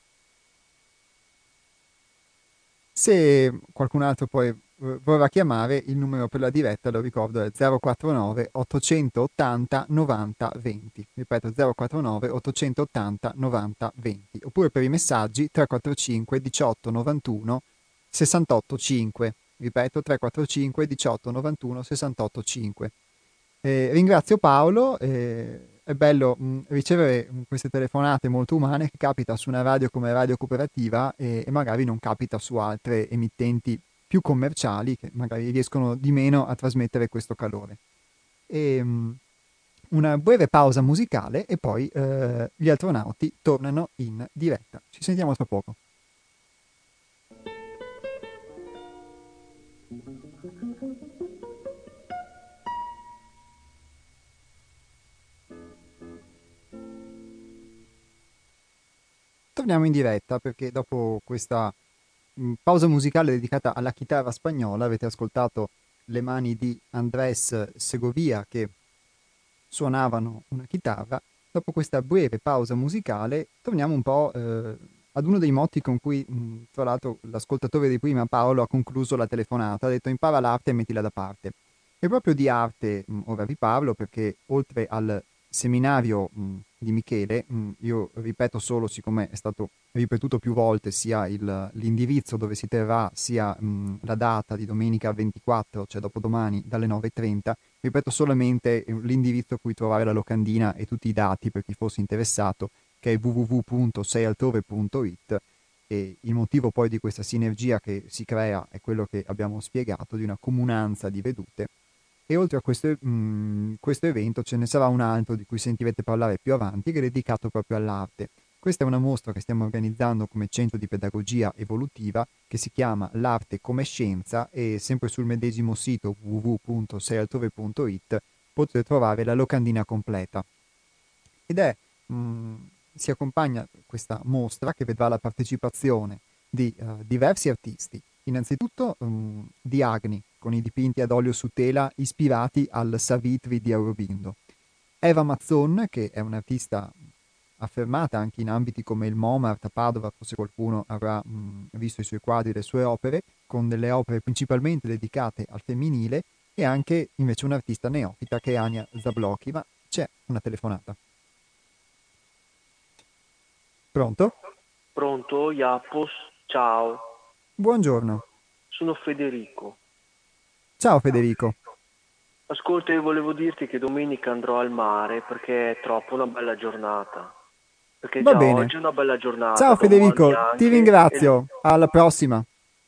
S1: Se qualcun altro poi eh, vorrà chiamare, il numero per la diretta, lo ricordo, è zero quattro nove ottocentottanta novanta venti. Ripeto, zero quattro nove ottocentottanta novanta venti. Oppure per i messaggi tre quattro cinque diciotto novantuno sessantotto cinque. Ripeto, tre quattro cinque diciotto novantuno sessantotto cinque. Eh, ringrazio Paolo, eh, è bello mh, ricevere mh, queste telefonate molto umane che capita su una radio come Radio Cooperativa e, e magari non capita su altre emittenti più commerciali che magari riescono di meno a trasmettere questo calore. E, mh, una breve pausa musicale e poi eh, gli astronauti tornano in diretta. Ci sentiamo tra poco. Torniamo in diretta perché dopo questa mh, pausa musicale dedicata alla chitarra spagnola avete ascoltato le mani di Andrés Segovia che suonavano una chitarra. Dopo questa breve pausa musicale torniamo un po' eh, ad uno dei motti con cui, mh, tra l'altro, l'ascoltatore di prima, Paolo, ha concluso la telefonata. Ha detto: impara l'arte e mettila da parte. E proprio di arte mh, ora vi parlo perché oltre al seminario mh, di Michele, mh, io ripeto solo, siccome è stato ripetuto più volte sia il, l'indirizzo dove si terrà sia mh, la data di domenica ventiquattro, cioè dopodomani dalle nove e trenta, ripeto solamente l'indirizzo a cui trovare la locandina e tutti i dati per chi fosse interessato, che è w w w punto sei altrove punto i t, e il motivo poi di questa sinergia che si crea è quello che abbiamo spiegato, di una comunanza di vedute. E oltre a questo, mh, questo evento ce ne sarà un altro di cui sentirete parlare più avanti, che è dedicato proprio all'arte. Questa è una mostra che stiamo organizzando come centro di pedagogia evolutiva che si chiama L'arte come scienza, e sempre sul medesimo sito w w w punto sei altrove punto i t potete trovare la locandina completa. Ed è, mh, si accompagna questa mostra che vedrà la partecipazione di uh, diversi artisti, innanzitutto um, di Agni, con i dipinti ad olio su tela ispirati al Savitri di Aurobindo. Eva Mazzon, che è un'artista affermata anche in ambiti come il MoMArt a Padova, forse qualcuno avrà mh, visto i suoi quadri e le sue opere, con delle opere principalmente dedicate al femminile, e anche invece un'artista neofita che è Ania Zablocchi. Ma c'è una telefonata. Pronto?
S4: Pronto, Iapos, ciao.
S1: Buongiorno.
S4: Sono Federico.
S1: Ciao Federico.
S4: Ascolta, io volevo dirti che domenica andrò al mare perché è troppo una bella giornata. Perché
S1: Va
S4: già
S1: bene.
S4: oggi è una bella giornata.
S1: Ciao Federico,
S4: anche,
S1: ti ringrazio.
S4: e...
S1: Alla prossima.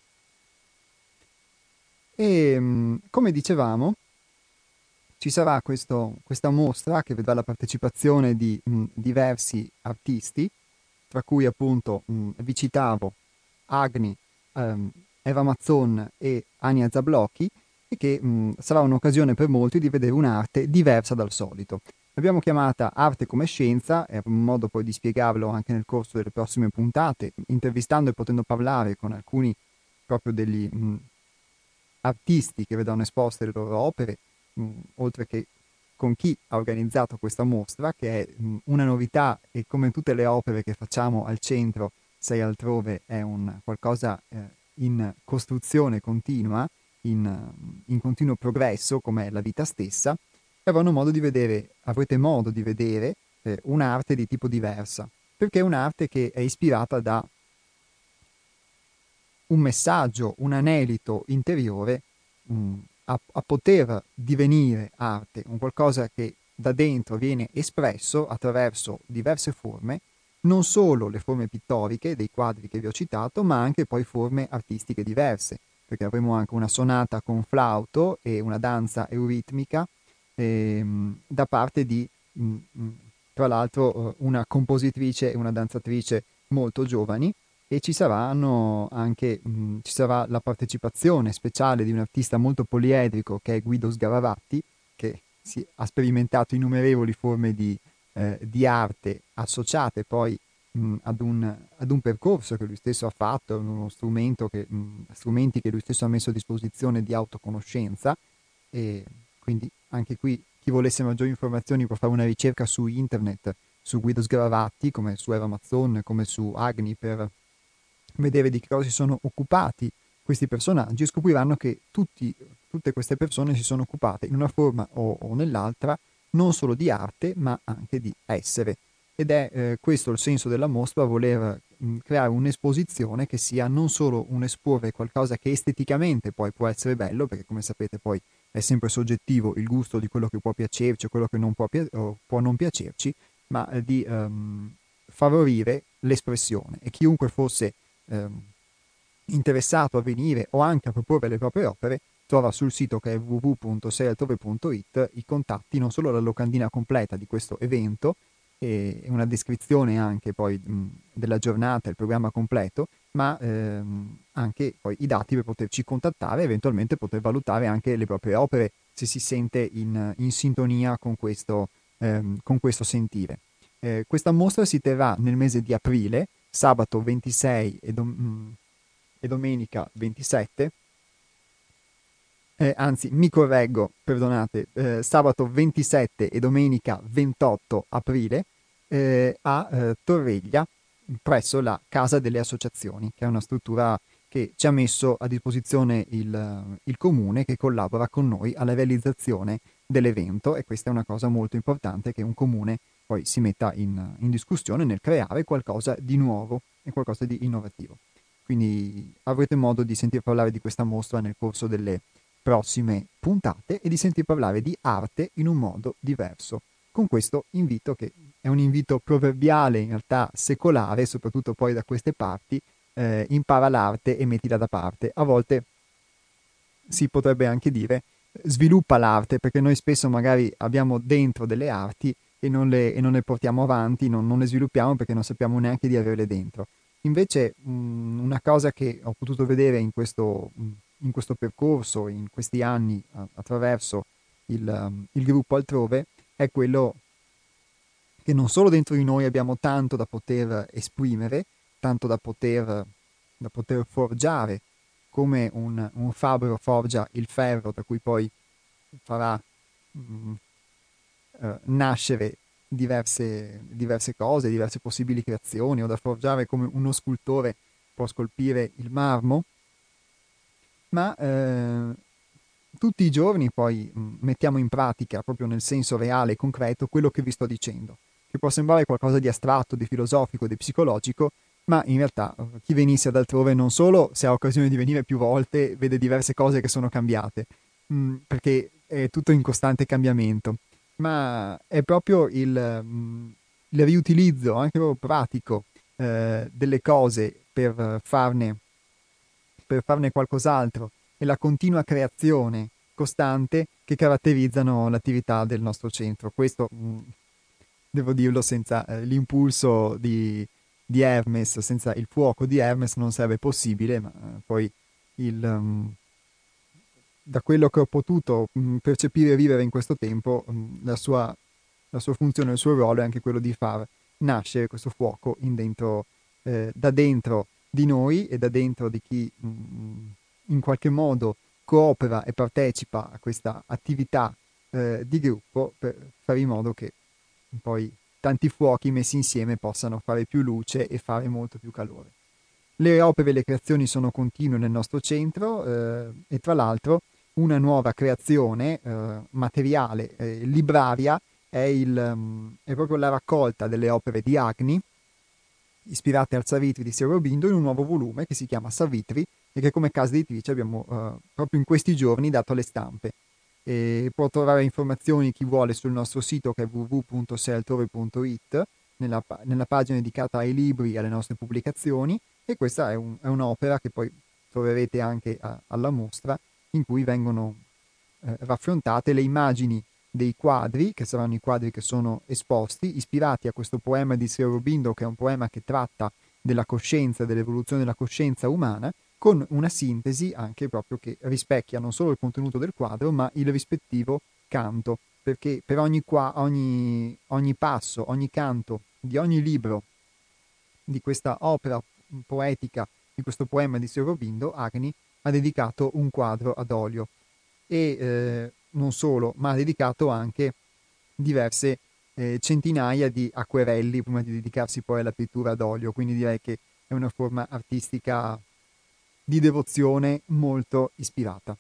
S1: E mh, come dicevamo, ci sarà questo, questa mostra che vedrà la partecipazione di mh, diversi artisti, tra cui appunto mh, vi citavo Agni, ehm, Eva Mazzon e Ania Zablocchi, e che mh, sarà un'occasione per molti di vedere un'arte diversa dal solito. L'abbiamo chiamata arte come scienza, è un modo poi di spiegarlo anche nel corso delle prossime puntate, intervistando e potendo parlare con alcuni proprio degli mh, artisti che vedranno esposte le loro opere, mh, oltre che con chi ha organizzato questa mostra, che è mh, una novità, e come tutte le opere che facciamo al centro Sei Altrove è un qualcosa eh, in costruzione continua, in, in continuo progresso, come è la vita stessa, e avranno modo di vedere, avrete modo di vedere eh, un'arte di tipo diversa, perché è un'arte che è ispirata da un messaggio, un anelito interiore mh, a, a poter divenire arte, un qualcosa che da dentro viene espresso attraverso diverse forme, non solo le forme pittoriche dei quadri che vi ho citato, ma anche poi forme artistiche diverse, perché avremo anche una sonata con flauto e una danza euritmica ehm, da parte di, mh, mh, tra l'altro, una compositrice e una danzatrice molto giovani, e ci saranno anche mh, ci sarà la partecipazione speciale di un artista molto poliedrico che è Guido Sgaravatti, che si ha sperimentato innumerevoli forme di, eh, di arte associate poi mh, ad, un, ad un percorso che lui stesso ha fatto, uno strumento che, mh, strumenti che lui stesso ha messo a disposizione di autoconoscenza. E quindi anche qui chi volesse maggiori informazioni può fare una ricerca su internet su Guido Sgaravatti, come su Eva Mazzon, come su Agni, per vedere di che cosa si sono occupati questi personaggi, e scopriranno che tutti, tutte queste persone si sono occupate in una forma o, o nell'altra non solo di arte ma anche di essere, ed è eh, questo il senso della mostra, voler mh, creare un'esposizione che sia non solo un esporre qualcosa che esteticamente poi può essere bello, perché come sapete poi è sempre soggettivo il gusto di quello che può piacerci o quello che non può, pi- o può non piacerci, ma eh, di um, favorire l'espressione, e chiunque fosse ehm, interessato a venire o anche a proporre le proprie opere trova sul sito, che è w w w punto sei altrove punto i t, i contatti, non solo la locandina completa di questo evento, e una descrizione anche poi mh, della giornata, il programma completo, ma ehm, anche poi i dati per poterci contattare e eventualmente poter valutare anche le proprie opere se si sente in, in sintonia con questo, ehm, con questo sentire. Eh, questa mostra si terrà nel mese di aprile, sabato ventisei e, dom- mh, e domenica ventisette, eh, anzi mi correggo, perdonate, eh, sabato ventisette e domenica ventotto aprile eh, a eh, Torreglia, presso la Casa delle Associazioni, che è una struttura che ci ha messo a disposizione il, il comune, che collabora con noi alla realizzazione dell'evento, e questa è una cosa molto importante, che un comune poi si metta in, in discussione nel creare qualcosa di nuovo e qualcosa di innovativo. Quindi avrete modo di sentir parlare di questa mostra nel corso delle prossime puntate e di sentir parlare di arte in un modo diverso, con questo invito, che è un invito proverbiale, in realtà secolare, soprattutto poi da queste parti: eh, impara l'arte e mettila da parte. A volte si potrebbe anche dire sviluppa l'arte, perché noi spesso magari abbiamo dentro delle arti e non le, e non le portiamo avanti, non, non le sviluppiamo perché non sappiamo neanche di averle dentro. Invece mh, una cosa che ho potuto vedere in questo, mh, in questo percorso, in questi anni, a- attraverso il, um, il gruppo Altrove, è quello che non solo dentro di noi abbiamo tanto da poter esprimere, tanto da poter, da poter forgiare, come un, un fabbro forgia il ferro, da cui poi farà mh, eh, nascere diverse, diverse cose, diverse possibili creazioni, o da forgiare come uno scultore può scolpire il marmo, ma eh, tutti i giorni poi mh, mettiamo in pratica, proprio nel senso reale e concreto, quello che vi sto dicendo, che può sembrare qualcosa di astratto, di filosofico, di psicologico, ma in realtà eh, chi venisse ad Altrove non solo se ha occasione di venire più volte vede diverse cose che sono cambiate, mh, perché è tutto in costante cambiamento, ma è proprio il, mh, il riutilizzo anche proprio pratico eh, delle cose per farne, per farne qualcos'altro, e la continua creazione costante che caratterizzano l'attività del nostro centro. Questo mh, devo dirlo, senza eh, l'impulso di, di Hermes, senza il fuoco di Hermes non sarebbe possibile, ma eh, poi il, um, da quello che ho potuto mh, percepire e vivere in questo tempo, mh, la sua, la sua funzione, il suo ruolo è anche quello di far nascere questo fuoco in dentro, eh, da dentro di noi e da dentro di chi mh, in qualche modo coopera e partecipa a questa attività eh, di gruppo, per fare in modo che poi tanti fuochi messi insieme possano fare più luce e fare molto più calore. Le opere e le creazioni sono continue nel nostro centro eh, e tra l'altro una nuova creazione eh, materiale, eh, libraria, è, il, um, è proprio la raccolta delle opere di Agni, ispirate al Savitri di Sri Aurobindo, in un nuovo volume che si chiama Savitri e che come casa editrice abbiamo eh, proprio in questi giorni dato alle stampe. E può trovare informazioni chi vuole sul nostro sito, che è w w w punto sei altrove punto i t, nella, nella pagina dedicata ai libri e alle nostre pubblicazioni, e questa è, un, è un'opera che poi troverete anche a, alla mostra, in cui vengono eh, raffrontate le immagini dei quadri, che saranno i quadri che sono esposti, ispirati a questo poema di Sri Aurobindo, che è un poema che tratta della coscienza, dell'evoluzione della coscienza umana, con una sintesi anche proprio che rispecchia non solo il contenuto del quadro, ma il rispettivo canto, perché per ogni, qua, ogni, ogni passo, ogni canto di ogni libro di questa opera poetica, di questo poema di Sri Aurobindo, Agni ha dedicato un quadro ad olio, e eh, non solo, ma ha dedicato anche diverse eh, centinaia di acquerelli prima di dedicarsi poi alla pittura ad olio, quindi direi che è una forma artistica di devozione molto ispirata.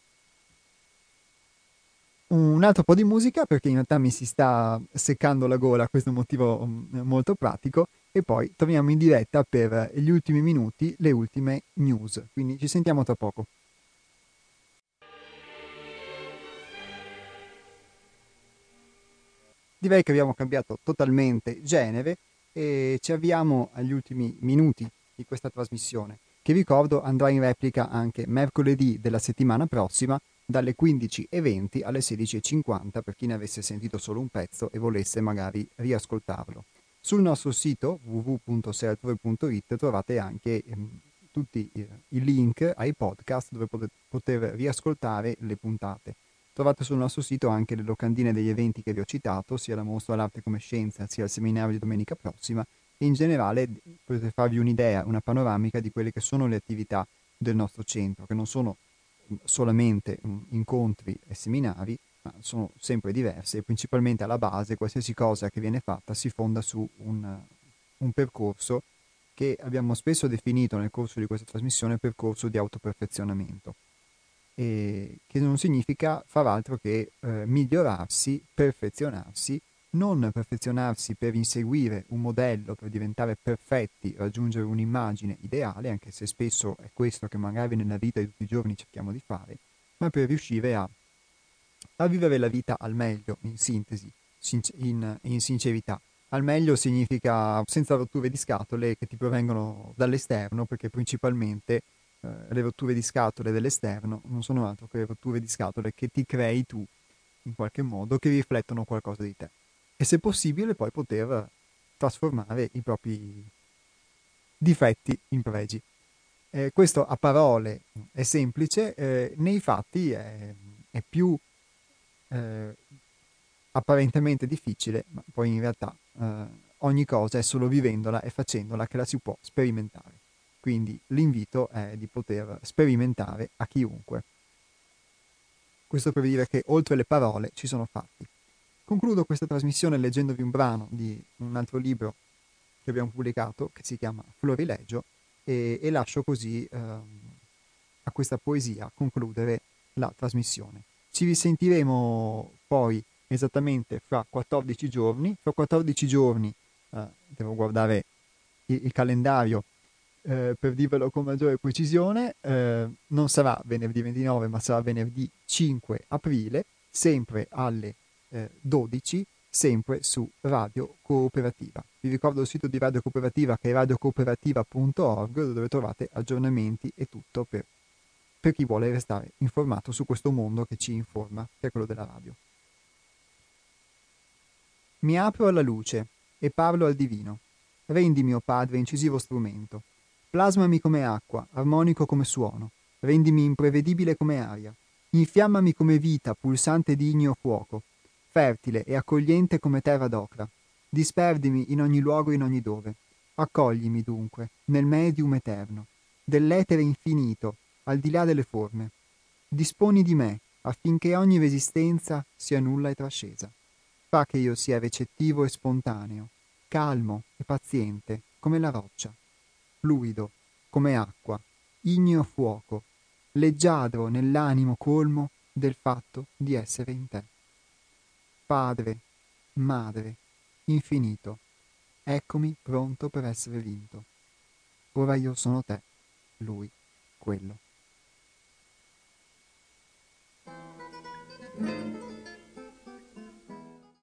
S1: Un altro po' di musica, perché in realtà mi si sta seccando la gola, questo è un motivo um, molto pratico, e poi torniamo in diretta per gli ultimi minuti, le ultime news, quindi ci sentiamo tra poco. Direi che abbiamo cambiato totalmente genere e ci avviamo agli ultimi minuti di questa trasmissione, che ricordo andrà in replica anche mercoledì della settimana prossima dalle quindici e venti alle sedici e cinquanta, per chi ne avesse sentito solo un pezzo e volesse magari riascoltarlo. Sul nostro sito w w w punto sei altrove punto i t trovate anche ehm, tutti eh, i link ai podcast dove potete, poter riascoltare le puntate. Trovate sul nostro sito anche le locandine degli eventi che vi ho citato, sia la Mostra all'Arte come Scienza, sia il seminario di domenica prossima, e in generale potete farvi un'idea, una panoramica di quelle che sono le attività del nostro centro, che non sono solamente um, incontri e seminari, ma sono sempre diverse e principalmente alla base qualsiasi cosa che viene fatta si fonda su un, un percorso che abbiamo spesso definito nel corso di questa trasmissione percorso di autoperfezionamento, e che non significa far altro che eh, migliorarsi, perfezionarsi, non perfezionarsi per inseguire un modello, per diventare perfetti, raggiungere un'immagine ideale, anche se spesso è questo che magari nella vita di tutti i giorni cerchiamo di fare, ma per riuscire a a vivere la vita al meglio, in sintesi, sinc- in, in sincerità. Al meglio significa senza rotture di scatole che ti provengono dall'esterno, perché principalmente eh, le rotture di scatole dell'esterno non sono altro che le rotture di scatole che ti crei tu, in qualche modo, che riflettono qualcosa di te. E se possibile poi poter trasformare i propri difetti in pregi. Eh, questo a parole è semplice, eh, nei fatti è, è più eh, apparentemente difficile, ma poi in realtà eh, ogni cosa è solo vivendola e facendola che la si può sperimentare. Quindi l'invito è di poter sperimentare a chiunque. Questo per dire che oltre le parole ci sono fatti. Concludo questa trasmissione leggendovi un brano di un altro libro che abbiamo pubblicato che si chiama Florilegio e, e lascio così ehm, a questa poesia concludere la trasmissione. Ci risentiremo poi esattamente fra quattordici giorni. Fra quattordici giorni eh, devo guardare il, il calendario eh, per dirvelo con maggiore precisione. Eh, non sarà venerdì ventinove, ma sarà venerdì cinque aprile, sempre alle eh, dodici, sempre su Radio Cooperativa. Vi ricordo il sito di Radio Cooperativa che è radio cooperativa punto org, dove trovate aggiornamenti e tutto per, per chi vuole restare informato su questo mondo che ci informa, che è quello della radio. Mi apro alla luce e parlo al divino. Rendimi, o Padre, incisivo strumento. Plasmami come acqua, armonico come suono. Rendimi imprevedibile come aria. Infiammami come vita, pulsante di igneo fuoco. Fertile e accogliente come terra d'ocra. Disperdimi in ogni luogo e in ogni dove. Accoglimi dunque, nel medium eterno, dell'etere infinito, al di là delle forme. Disponi di me, affinché ogni resistenza sia nulla e trascesa. Fa che io sia recettivo e spontaneo, calmo e paziente come la roccia, fluido come acqua, igneo fuoco, leggiadro nell'animo colmo del fatto di essere in te. Padre, Madre, infinito, eccomi pronto per essere vinto. Ora io sono te, lui, quello.